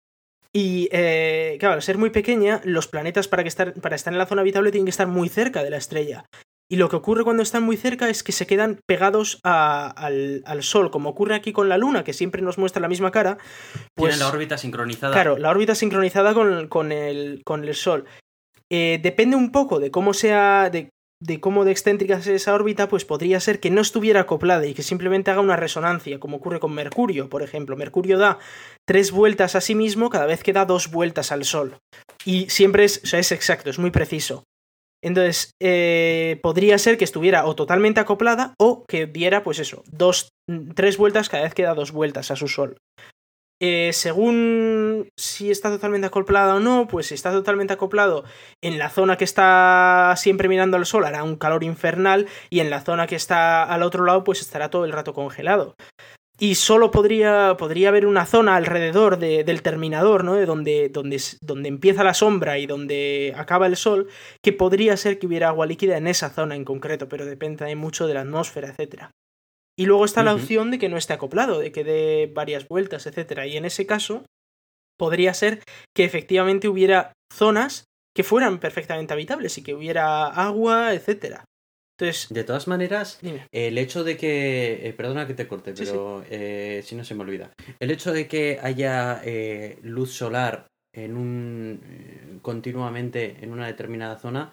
Y, eh, claro, al ser muy pequeña, los planetas para, que estar, para estar en la zona habitable tienen que estar muy cerca de la estrella. Y lo que ocurre cuando están muy cerca es que se quedan pegados a, al, al Sol, como ocurre aquí con la Luna, que siempre nos muestra la misma cara. Pues, tienen la órbita sincronizada. Claro, la órbita sincronizada con, con, el, con el Sol. Eh, depende un poco de cómo sea... De, de cómo de excéntrica sea esa órbita, pues podría ser que no estuviera acoplada y que simplemente haga una resonancia, como ocurre con Mercurio, por ejemplo. Mercurio da tres vueltas a sí mismo cada vez que da dos vueltas al Sol. Y siempre es, o sea, es exacto, es muy preciso. Entonces, eh, podría ser que estuviera o totalmente acoplada o que diera, pues eso, dos, tres vueltas cada vez que da dos vueltas a su Sol. Eh, según si está totalmente acoplada o no, pues si está totalmente acoplado en la zona que está siempre mirando al Sol hará un calor infernal y en la zona que está al otro lado pues estará todo el rato congelado. Y solo podría, podría haber una zona alrededor de, del terminador, ¿no? De donde, donde, donde empieza la sombra y donde acaba el Sol, que podría ser que hubiera agua líquida en esa zona en concreto, pero depende mucho de la atmósfera, etcétera. Y luego está uh-huh. la opción de que no esté acoplado, de que dé varias vueltas, etcétera. Y en ese caso, podría ser que efectivamente hubiera zonas que fueran perfectamente habitables y que hubiera agua, etcétera. Entonces, de todas maneras, dime. El hecho de que... Eh, perdona que te corte, pero sí, sí. Eh, si no se me olvida. El hecho de que haya eh, luz solar en un eh, continuamente en una determinada zona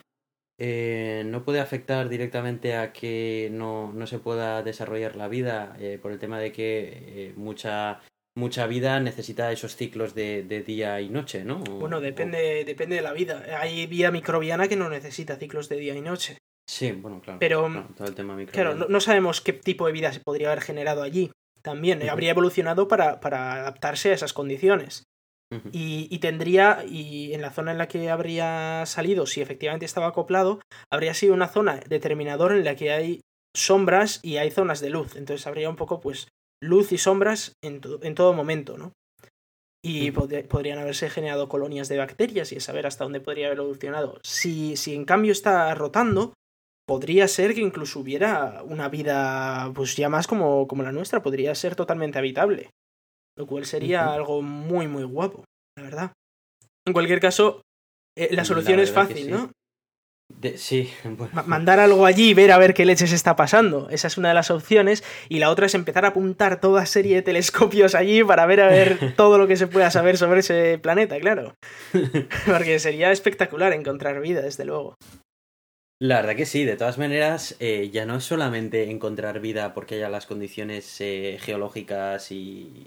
eh, no puede afectar directamente a que no, no se pueda desarrollar la vida eh, por el tema de que eh, mucha... Mucha vida necesita esos ciclos de, de día y noche, ¿no? O, bueno, depende, o... depende de la vida. Hay vida microbiana que no necesita ciclos de día y noche. Sí, bueno, claro. Pero, claro, todo el tema claro, no, no sabemos qué tipo de vida se podría haber generado allí. También uh-huh. habría evolucionado para, para adaptarse a esas condiciones. Ujú. y, y tendría, y en la zona en la que habría salido, si efectivamente estaba acoplado, habría sido una zona determinadora en la que hay sombras y hay zonas de luz. Entonces habría un poco, pues, luz y sombras en, to- en todo momento, ¿no? Y Ujú. pod- podrían haberse generado colonias de bacterias y saber hasta dónde podría haber evolucionado. Si, si en cambio está rotando, podría ser que incluso hubiera una vida, pues ya más como, como la nuestra, podría ser totalmente habitable. Lo cual sería Ujú. algo muy, muy guapo, la verdad. En cualquier caso, eh, la La solución es verdad que fácil, sí. ¿no? De- sí, bueno. Ma- mandar algo allí y ver a ver qué leches está pasando. Esa es una de las opciones. Y la otra es empezar a apuntar toda serie de telescopios allí para ver a ver todo lo que se pueda saber sobre ese planeta, claro. Porque sería espectacular encontrar vida, desde luego. La verdad que sí, de todas maneras, eh, ya no es solamente encontrar vida porque haya las condiciones eh, geológicas y,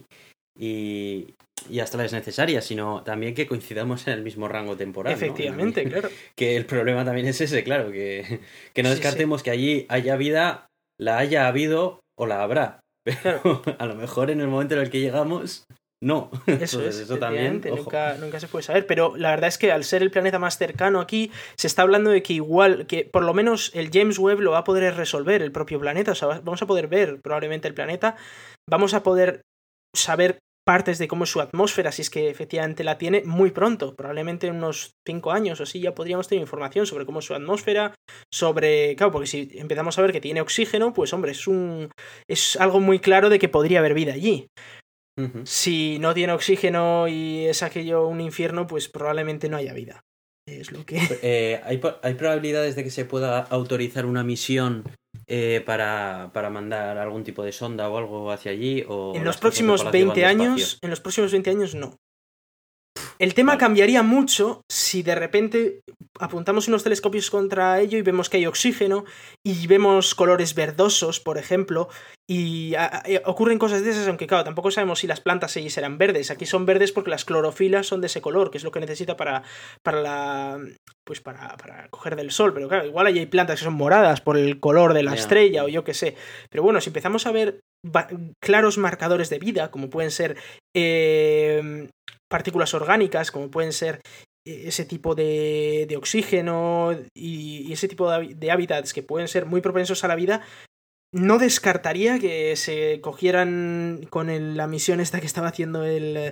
y, y astrales necesarias, sino también que coincidamos en el mismo rango temporal, ¿no? En el mi- Efectivamente, claro. que el problema también es ese, claro, que, que no Sí, sí, descartemos que allí haya vida, la haya habido o la habrá, claro. pero a lo mejor en el momento en el que llegamos, no. Eso Entonces es, eso también, efectivamente, ojo. nunca, nunca se puede saber, pero la verdad es que al ser el planeta más cercano aquí, se está hablando de que igual, que por lo menos el James Webb lo va a poder resolver el propio planeta, o sea, va- vamos a poder ver probablemente el planeta, vamos a poder saber partes de cómo es su atmósfera, si es que efectivamente la tiene, muy pronto, probablemente en unos cinco años o así ya podríamos tener información sobre cómo es su atmósfera, sobre, claro, porque si empezamos a ver que tiene oxígeno, pues hombre, es un, es algo muy claro de que podría haber vida allí. Ujú. Si no tiene oxígeno y es aquello un infierno, pues probablemente no haya vida. Es lo que... Eh, ¿hay, po- hay probabilidades de que se pueda autorizar una misión eh, para, para mandar algún tipo de sonda o algo hacia allí? ¿O En los las cosas de próximos Palacio van veinte despacio? años, en los próximos veinte años no. El tema Vale. cambiaría mucho si de repente apuntamos unos telescopios contra ello y vemos que hay oxígeno y vemos colores verdosos, por ejemplo, y a- a- ocurren cosas de esas, aunque claro, tampoco sabemos si las plantas allí serán verdes. Aquí son verdes porque las clorofilas son de ese color, que es lo que necesita para, para la... pues para, para coger del sol, pero claro, igual allí hay plantas que son moradas por el color de la Ya. estrella o yo qué sé. Pero bueno, si empezamos a ver va- claros marcadores de vida, como pueden ser... eh, partículas orgánicas, como pueden ser ese tipo de, de oxígeno y, y ese tipo de, de hábitats que pueden ser muy propensos a la vida, no descartaría que se cogieran con el- la misión esta que estaba haciendo el,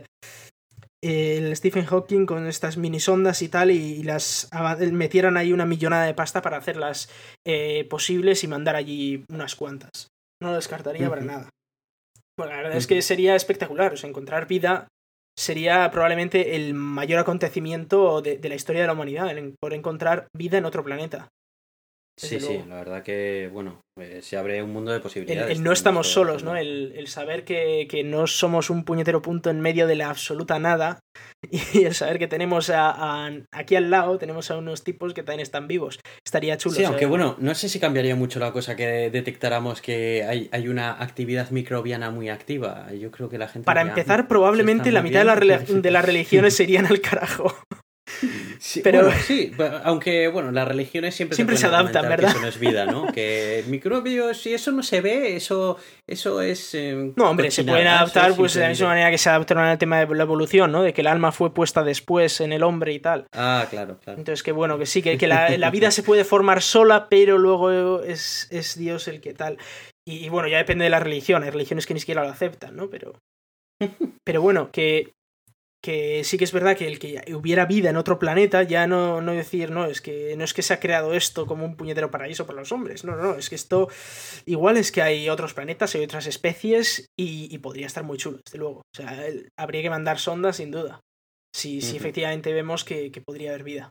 el Stephen Hawking con estas mini sondas y tal, y, y las ava- metieran ahí una millonada de pasta para hacerlas eh, posibles y mandar allí unas cuantas. No lo descartaría para Ujú. nada. Bueno, la verdad es Ujú. que sería espectacular, o sea, encontrar vida sería probablemente el mayor acontecimiento de, de la historia de la humanidad, el poder encontrar vida en otro planeta, desde Sí, sí, luego. la verdad que, bueno, eh, se abre un mundo de El, posibilidades. el no Tenemos estamos toda la solos, razón ¿no? del El, el saber que, que no somos un puñetero punto en medio de la absoluta nada y el saber que tenemos a, a- aquí al lado, tenemos a unos tipos que también están vivos. Estaría chulo Sí, aunque saberlo. bueno, no sé si cambiaría mucho la cosa que detectáramos que hay, hay una actividad microbiana muy activa. Yo creo que la gente Para diría, "Mm, empezar, eso probablemente está la muy mitad de, la bien". rela- de las religiones se irían al carajo. Sí, Pero- bueno, sí, pa- aunque bueno, las religiones siempre, Siempre te se pueden adaptan, argumentar ¿verdad? que eso no es vida, ¿no? Que microbios, si eso no se ve, eso, eso es eh, No, hombre, se cochinada, pueden eso adaptar es pues de la misma simplemente- manera que se adaptaron al tema de la evolución, ¿no? De que el alma fue puesta después en el hombre y tal. Ah, claro, claro. Entonces, que bueno, que sí, que, que la, la vida se puede formar sola, pero luego es, es Dios el que tal. Y, y bueno, ya depende de la religión. Hay religiones que ni siquiera lo aceptan, ¿no? Pero, pero bueno, que, que sí que es verdad que el que hubiera vida en otro planeta, ya no, no decir, no, es que no es que se ha creado esto como un puñetero paraíso para los hombres. No, no, no, es que esto igual es que hay otros planetas, hay otras especies y, y podría estar muy chulo, desde luego. O sea, el- habría que mandar sondas sin duda. Si, si Ujú. efectivamente vemos que, que podría haber vida.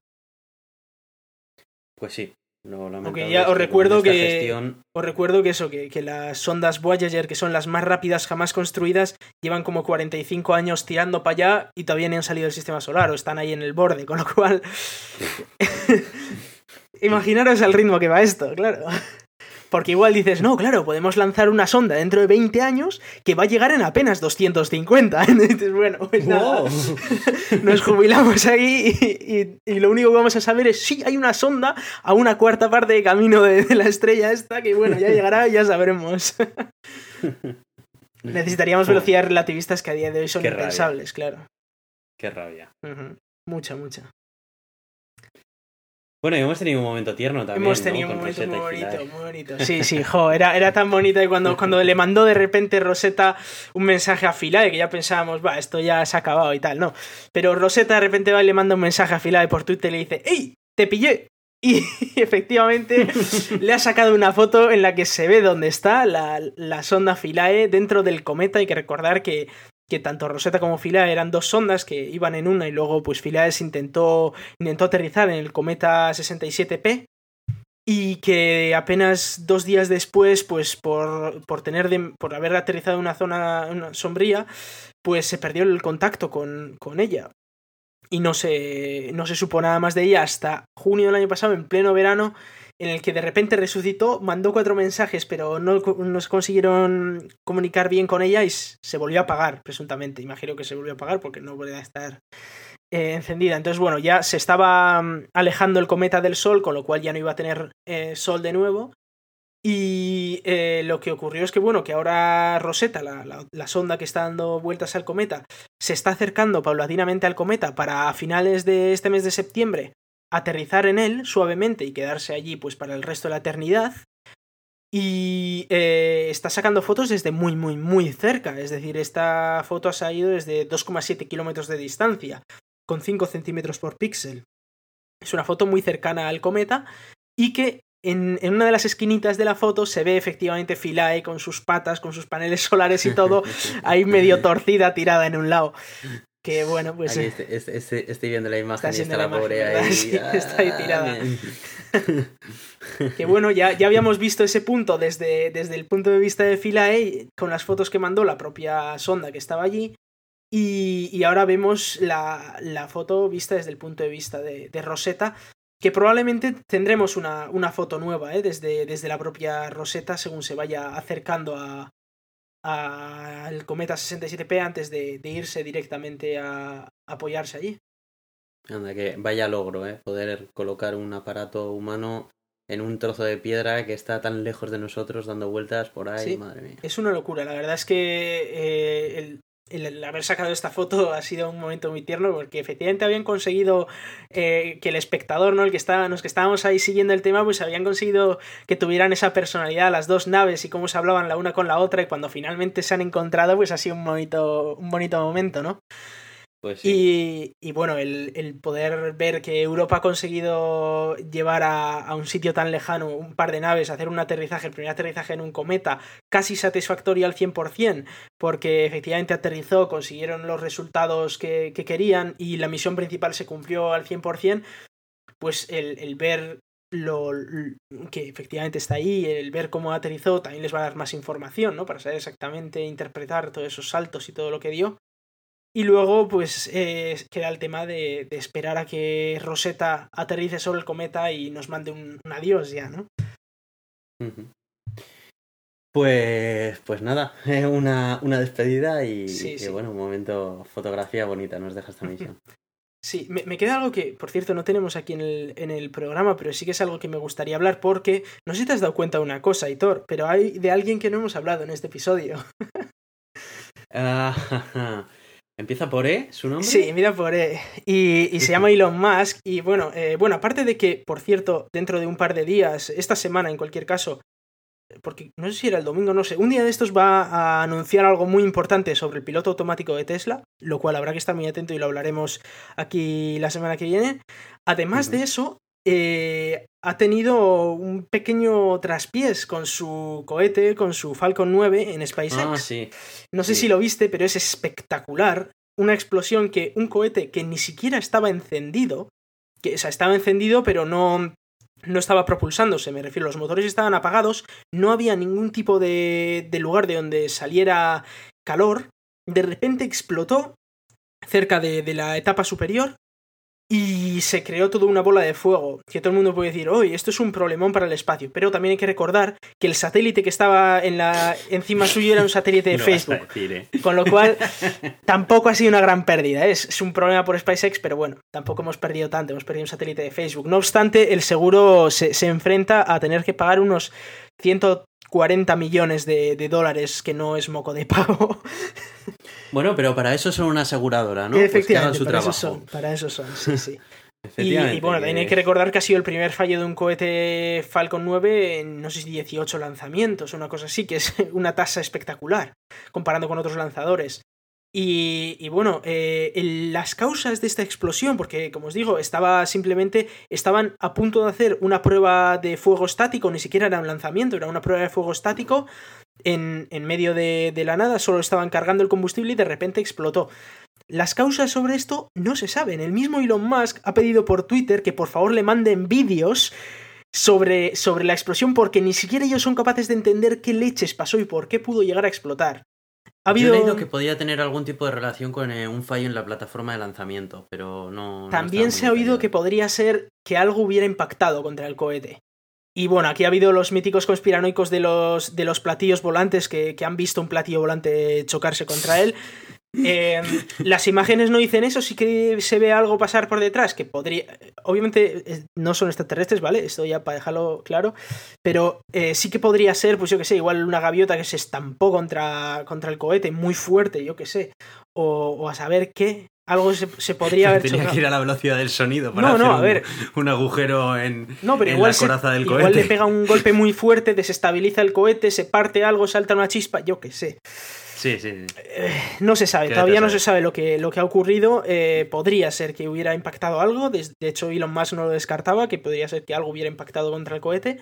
Pues sí, lo lamentable Aunque ya es os que recuerdo con esta que- gestión... Os recuerdo que eso, que, que las sondas Voyager, que son las más rápidas jamás construidas, llevan como cuarenta y cinco años tirando para allá y todavía no han salido del sistema solar o están ahí en el borde, con lo cual... Imaginaros el ritmo que va esto, claro. Porque igual dices, no, claro, podemos lanzar una sonda dentro de veinte años que va a llegar en apenas doscientos cincuenta. Entonces, bueno, pues nada, ¡Wow! nos jubilamos ahí y, y- y lo único que vamos a saber es si hay una sonda a una cuarta parte de camino de, de la estrella esta, que bueno, ya llegará y ya sabremos. Necesitaríamos velocidades relativistas que a día de hoy son Qué rabia. impensables, claro. Qué rabia. Uh-huh. Mucha, mucha. Bueno, y hemos tenido un momento tierno también. Hemos tenido ¿no? un Con momento Rosetta muy y bonito, Philae. muy bonito. Sí, sí, jo, era, era tan bonito y cuando, cuando le mandó de repente Rosetta un mensaje a Philae, que ya pensábamos, va, esto ya se ha acabado y tal, no. Pero Rosetta de repente va y le manda un mensaje a Philae por Twitter y le dice, ¡Ey! ¡Te pillé! Y efectivamente le ha sacado una foto en la que se ve dónde está la, la sonda Philae dentro del cometa. Hay que recordar que, que tanto Rosetta como Philae eran dos sondas que iban en una y luego pues Philae se intentó, intentó aterrizar en el cometa sesenta y siete P y que apenas dos días después, pues por, por, tener de, por haber aterrizado en una zona una sombría, pues se perdió el contacto con, con ella. Y no se, no se supo nada más de ella hasta junio del año pasado, en pleno verano, en el que de repente resucitó, mandó cuatro mensajes, pero no, no se consiguieron comunicar bien con ella y se volvió a apagar, presuntamente. Imagino que se volvió a apagar porque no podía estar eh, encendida. Entonces, bueno, ya se estaba um, alejando el cometa del Sol, con lo cual ya no iba a tener eh, Sol de nuevo. Y eh, lo que ocurrió es que, bueno, que ahora Rosetta, la, la, la sonda que está dando vueltas al cometa, se está acercando paulatinamente al cometa para a finales de este mes de septiembre aterrizar en él suavemente y quedarse allí pues para el resto de la eternidad. Y eh, está sacando fotos desde muy, muy, muy cerca. Es decir, esta foto ha salido desde dos coma siete kilómetros de distancia, con cinco centímetros por píxel. Es una foto muy cercana al cometa y que En, en una de las esquinitas de la foto se ve efectivamente Philae con sus patas, con sus paneles solares y todo, ahí medio torcida, tirada en un lado. Que bueno, pues... Aquí estoy, estoy, estoy, estoy viendo la imagen está y está la, la imagen, pobre ¿verdad? ahí. Sí, ah, está ahí tirada. Que bueno, ya, ya habíamos visto ese punto desde, desde el punto de vista de Philae, con las fotos que mandó la propia sonda que estaba allí. Y, y ahora vemos la, la foto vista desde el punto de vista de, de Rosetta, que probablemente tendremos una, una foto nueva, ¿eh? desde, desde la propia Rosetta según se vaya acercando a, a, al cometa sesenta y siete P antes de, de irse directamente a, a apoyarse allí. Anda, que vaya logro, ¿eh? Poder colocar un aparato humano en un trozo de piedra que está tan lejos de nosotros dando vueltas por ahí, sí, madre mía. Es una locura, la verdad es que eh, el... el haber sacado esta foto ha sido un momento muy tierno porque efectivamente habían conseguido eh, que el espectador, ¿no? El que está, los que estábamos ahí siguiendo el tema, pues habían conseguido que tuvieran esa personalidad las dos naves y cómo se hablaban la una con la otra, y cuando finalmente se han encontrado, pues ha sido un bonito, un bonito momento, ¿no? Pues sí. Y, y bueno, el, el poder ver que Europa ha conseguido llevar a, a un sitio tan lejano un par de naves, hacer un aterrizaje, el primer aterrizaje en un cometa, casi satisfactorio al cien por ciento, porque efectivamente aterrizó, consiguieron los resultados que, que querían y la misión principal se cumplió al cien por ciento, pues el, el ver lo, lo que efectivamente está ahí, el ver cómo aterrizó, también les va a dar más información, ¿no? Para saber exactamente interpretar todos esos saltos y todo lo que dio. Y luego, pues, eh, queda el tema de, de esperar a que Rosetta aterrice sobre el cometa y nos mande un, un adiós ya, ¿no? Uh-huh. Pues, pues nada, una, una despedida y, sí, y sí. bueno, un momento, fotografía bonita nos deja esta misión. Sí, me, me queda algo que, por cierto, no tenemos aquí en el, en el programa, pero sí que es algo que me gustaría hablar porque, no sé si te has dado cuenta de una cosa, Hitor, pero hay de alguien que no hemos hablado en este episodio. uh, ¿Empieza por E, su nombre? Sí, empieza por E. Y, y se llama Elon Musk. Y bueno, eh, bueno, aparte de que, por cierto, dentro de un par de días, esta semana en cualquier caso, porque no sé si era el domingo, no sé, un día de estos va a anunciar algo muy importante sobre el piloto automático de Tesla, lo cual habrá que estar muy atento y lo hablaremos aquí la semana que viene. Además uh-huh. de eso, eh, ha tenido un pequeño traspiés con su cohete, con su Falcon nueve en SpaceX. Ah, sí. No sé sí. si lo viste, pero es espectacular. Una explosión que un cohete que ni siquiera estaba encendido, que, o sea, estaba encendido pero no, no estaba propulsándose, me refiero, los motores estaban apagados, no había ningún tipo de, de lugar de donde saliera calor, de repente explotó cerca de, de la etapa superior y se creó toda una bola de fuego, que todo el mundo puede decir, oye, esto es un problemón para el espacio, pero también hay que recordar que el satélite que estaba en la encima suyo era un satélite de no Facebook, vas a decir, ¿eh? Con lo cual tampoco ha sido una gran pérdida, ¿eh? es, es un problema por SpaceX, pero bueno, tampoco hemos perdido tanto, hemos perdido un satélite de Facebook. No obstante, el seguro se, se enfrenta a tener que pagar unos ciento cuarenta millones de, de dólares, que no es moco de pavo. Bueno, pero para eso son una aseguradora, ¿no? Efectivamente, pues que hagan su para, trabajo. eso son, para eso son, sí, sí. Y, y bueno, también hay que recordar que ha sido el primer fallo de un cohete Falcon nueve en, no sé si dieciocho lanzamientos, una cosa así, que es una tasa espectacular, comparando con otros lanzadores. Y, y bueno, eh, el, las causas de esta explosión, porque como os digo, estaba simplemente, estaban a punto de hacer una prueba de fuego estático, ni siquiera era un lanzamiento, era una prueba de fuego estático, en, en medio de, de la nada, solo estaban cargando el combustible y de repente explotó. Las causas sobre esto no se saben. El mismo Elon Musk ha pedido por Twitter que por favor le manden vídeos sobre, sobre la explosión, porque ni siquiera ellos son capaces de entender qué leches pasó y por qué pudo llegar a explotar. Ha habido... Yo he leído que podía tener algún tipo de relación con eh, un fallo en la plataforma de lanzamiento, pero no... También no se ha oído que podría ser que algo hubiera impactado contra el cohete. Y bueno, aquí ha habido los míticos conspiranoicos de los, de los platillos volantes que, que han visto un platillo volante chocarse contra él. Eh, las imágenes no dicen eso, sí que se ve algo pasar por detrás, que podría... Obviamente no son extraterrestres, ¿vale? Esto ya para dejarlo claro. Pero eh, sí que podría ser, pues yo que sé, igual una gaviota que se estampó contra, contra el cohete muy fuerte, yo que sé. O, o a saber qué... Algo se, se podría haber Tenía chocado. que ir a la velocidad del sonido para no, hacer no, a un, ver. un agujero en, no, pero en igual la coraza se, del igual cohete. Le pega un golpe muy fuerte, desestabiliza el cohete, se parte algo, salta una chispa, yo qué sé. Sí, sí. sí. Eh, no se sabe, todavía no se sabe lo que, lo que ha ocurrido. Eh, podría ser que hubiera impactado algo, de, de hecho Elon Musk no lo descartaba, que podría ser que algo hubiera impactado contra el cohete.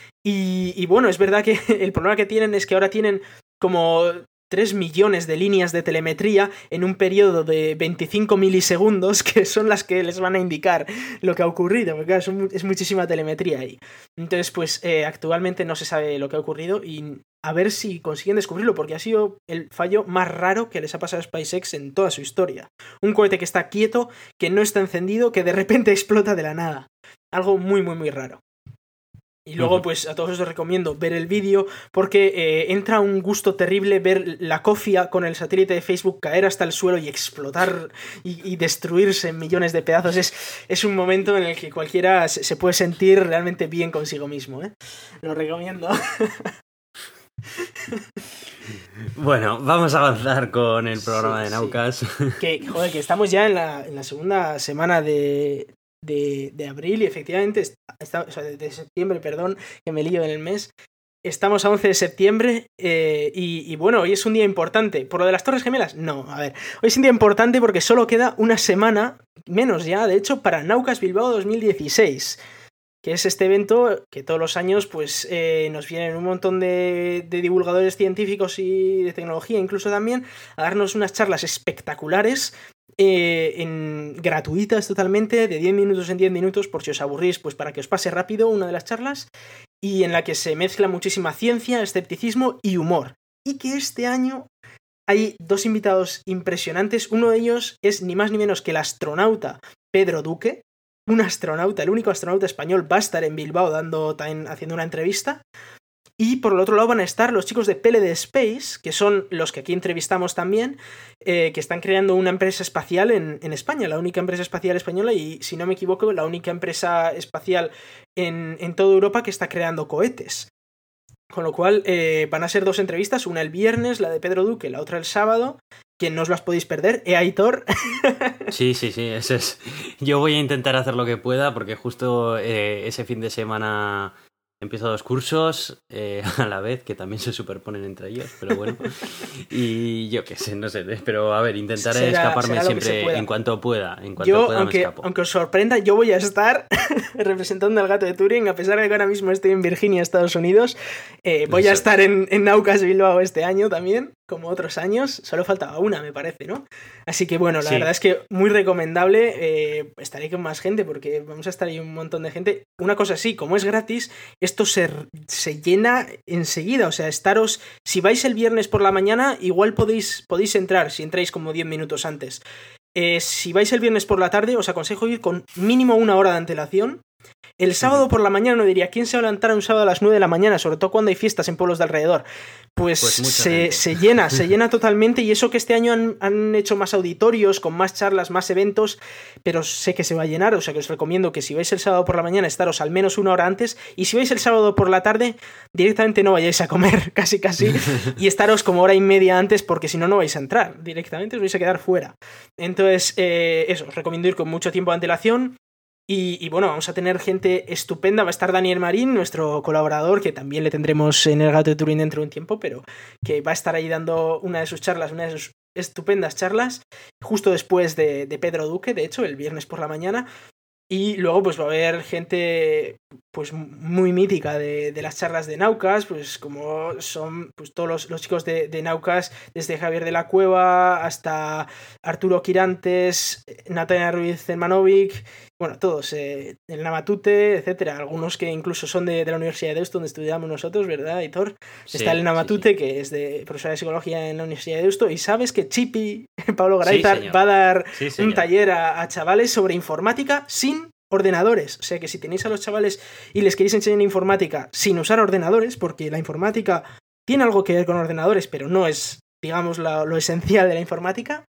Y, y bueno, es verdad que el problema que tienen es que ahora tienen como tres millones de líneas de telemetría en un periodo de veinticinco milisegundos, que son las que les van a indicar lo que ha ocurrido, porque claro, son, es muchísima telemetría ahí. Entonces, pues eh, actualmente no se sabe lo que ha ocurrido y a ver si consiguen descubrirlo, porque ha sido el fallo más raro que les ha pasado a SpaceX en toda su historia. Un cohete que está quieto, que no está encendido, que de repente explota de la nada. Algo muy, muy, muy raro. Y luego, pues a todos os recomiendo ver el vídeo, porque eh, entra un gusto terrible ver la cofia con el satélite de Facebook caer hasta el suelo y explotar y, y destruirse en millones de pedazos. Es, es un momento en el que cualquiera se, se puede sentir realmente bien consigo mismo, ¿eh? Lo recomiendo. Bueno, vamos a avanzar con el programa sí, de Naucas. Sí. Que, joder, que estamos ya en la, en la segunda semana de... De, de abril y efectivamente, está, o sea, de septiembre, perdón, que me lío en el mes. Estamos a once de septiembre eh, y, y bueno, hoy es un día importante. ¿Por lo de las Torres Gemelas? No, a ver. Hoy es un día importante porque solo queda una semana, menos ya, de hecho, para Naucas Bilbao dos mil dieciséis. Que es este evento que todos los años pues eh, nos vienen un montón de, de divulgadores científicos y de tecnología incluso también a darnos unas charlas espectaculares eh, en, gratuitas totalmente, de diez minutos en diez minutos, por si os aburrís, pues para que os pase rápido una de las charlas, y en la que se mezcla muchísima ciencia, escepticismo y humor. Y que este año hay dos invitados impresionantes. Uno de ellos es ni más ni menos que el astronauta Pedro Duque. Un astronauta, el único astronauta español, va a estar en Bilbao dando, también, haciendo una entrevista. Y por el otro lado van a estar los chicos de P L D Space, que son los que aquí entrevistamos también, eh, que están creando una empresa espacial en, en España, la única empresa espacial española y, si no me equivoco, la única empresa espacial en, en toda Europa que está creando cohetes. Con lo cual eh, van a ser dos entrevistas, una el viernes, la de Pedro Duque, la otra el sábado, que no os las podéis perder, ¿eh, Aitor? Sí, sí, sí, eso es. Yo voy a intentar hacer lo que pueda porque justo eh, ese fin de semana empiezo dos cursos eh, a la vez, que también se superponen entre ellos, pero bueno. Y yo qué sé, no sé, pero a ver, intentaré será, escaparme será siempre en cuanto pueda. En cuanto yo, pueda aunque, me escapo. Aunque os sorprenda, yo voy a estar representando al gato de Turing, a pesar de que ahora mismo estoy en Virginia, Estados Unidos. Eh, voy eso a estar en, en Naucas Bilbao este año también, como otros años. Solo faltaba una, me parece, ¿no? Así que bueno, la sí. verdad es que muy recomendable. Eh, estaré con más gente porque vamos a estar ahí un montón de gente. Una cosa sí, como es gratis, esto se, se llena enseguida. O sea, estaros, si vais el viernes por la mañana, igual podéis, podéis entrar si entráis como diez minutos antes. Eh, si vais el viernes por la tarde, os aconsejo ir con mínimo una hora de antelación. El sábado por la mañana no diría, ¿quién se va a levantar un sábado a las nueve de la mañana? Sobre todo cuando hay fiestas en pueblos de alrededor. Pues, pues se, se llena, se llena totalmente, y eso que este año han, han hecho más auditorios, con más charlas, más eventos, pero sé que se va a llenar, o sea que os recomiendo que si vais el sábado por la mañana, estaros al menos una hora antes, y si vais el sábado por la tarde, directamente no vayáis a comer, casi casi, y estaros como hora y media antes, porque si no, no vais a entrar, directamente os vais a quedar fuera. Entonces, eh, eso, os recomiendo ir con mucho tiempo de antelación. Y, y bueno, vamos a tener gente estupenda. Va a estar Daniel Marín, nuestro colaborador, que también le tendremos en el Gato de Turín dentro de un tiempo, pero que va a estar ahí dando una de sus charlas, una de sus estupendas charlas, justo después de, de Pedro Duque, de hecho, el viernes por la mañana. Y luego pues va a haber gente pues muy mítica de, de las charlas de Naucas, pues como son pues todos los, los chicos de, de Naucas, desde Javier de la Cueva hasta Arturo Quirantes, Natalia Ruiz Hermanovic, bueno, todos, eh, el Namatute, etcétera. Algunos que incluso son de, de la Universidad de Deusto, donde estudiamos nosotros, ¿verdad, Hitor? Sí, está el Namatute, sí, sí. que es de profesora de psicología en la Universidad de Deusto, y sabes que Chipi, Pablo Garayzar, sí, va a dar sí, un taller a, a chavales sobre informática sin ordenadores. O sea que si tenéis a los chavales y les queréis enseñar informática sin usar ordenadores, porque la informática tiene algo que ver con ordenadores, pero no es, digamos, la, lo esencial de la informática,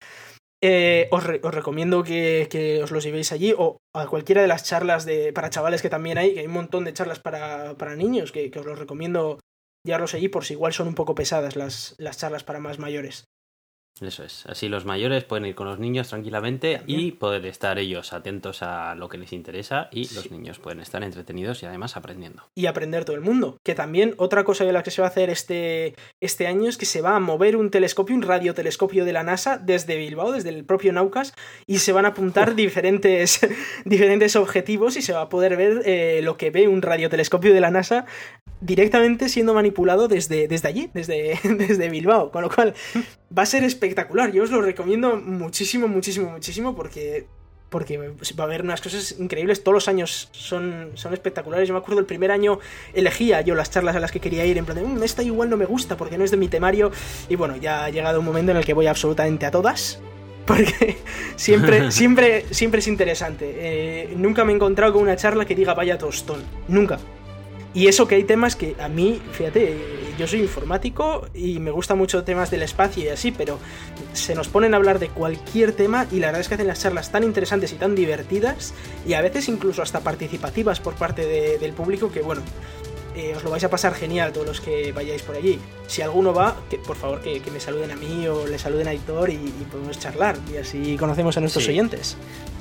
eh, os, re, os recomiendo que, que os los llevéis allí, o a cualquiera de las charlas de, para chavales que también hay, que hay un montón de charlas para, para niños, que, que os los recomiendo llevarlos allí por si igual son un poco pesadas las, las charlas para más mayores. Eso es, así los mayores pueden ir con los niños tranquilamente también, y poder estar ellos atentos a lo que les interesa, y sí, los niños pueden estar entretenidos y además aprendiendo. Y aprender todo el mundo, que también otra cosa de la que se va a hacer este, este año es que se va a mover un telescopio, un radiotelescopio de la NASA desde Bilbao, desde el propio Naucas, y se van a apuntar diferentes, diferentes objetivos y se va a poder ver eh, lo que ve un radiotelescopio de la NASA directamente siendo manipulado desde, desde allí, desde, desde Bilbao, con lo cual va a ser espectacular. Yo os lo recomiendo muchísimo, muchísimo, muchísimo, porque, porque va a haber unas cosas increíbles. Todos los años son, son espectaculares. Yo me acuerdo el primer año elegía yo las charlas a las que quería ir, en plan de, mmm, esta igual no me gusta porque no es de mi temario, y bueno, ya ha llegado un momento en el que voy absolutamente a todas, porque siempre, siempre, siempre es interesante. Eh, nunca me he encontrado con una charla que diga vaya tostón, nunca. Y eso que hay temas que a mí, fíjate, yo soy informático y me gustan mucho temas del espacio y así, pero se nos ponen a hablar de cualquier tema y la verdad es que hacen las charlas tan interesantes y tan divertidas, y a veces incluso hasta participativas por parte de, del público, que bueno, eh, os lo vais a pasar genial todos los que vayáis por allí. Si alguno va, que, por favor que, que me saluden a mí o le saluden a Hitor y, y podemos charlar y así conocemos a nuestros sí. oyentes.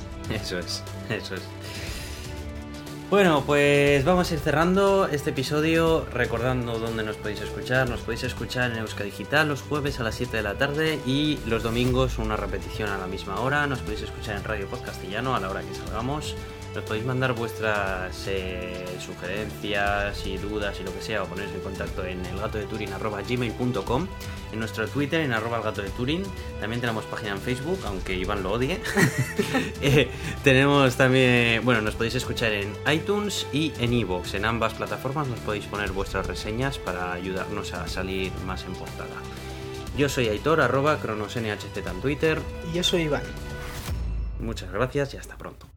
Eso es, eso es. Bueno, pues vamos a ir cerrando este episodio recordando dónde nos podéis escuchar. Nos podéis escuchar en Euskadi Digital los jueves a las siete de la tarde y los domingos una repetición a la misma hora. Nos podéis escuchar en Radio Pod Castellano a la hora que salgamos. Nos podéis mandar vuestras eh, sugerencias y dudas y lo que sea, o poneros en contacto en elgatodeturin arroba gmail punto com, en nuestro Twitter en arroba elgatodeturin. También tenemos página en Facebook, aunque Iván lo odie. eh, tenemos también, bueno, nos podéis escuchar en iTunes y en iVoox. En ambas plataformas nos podéis poner vuestras reseñas para ayudarnos a salir más en portada. Yo soy Aitor, arroba cronosnhz en Twitter. Y yo soy Iván. Muchas gracias y hasta pronto.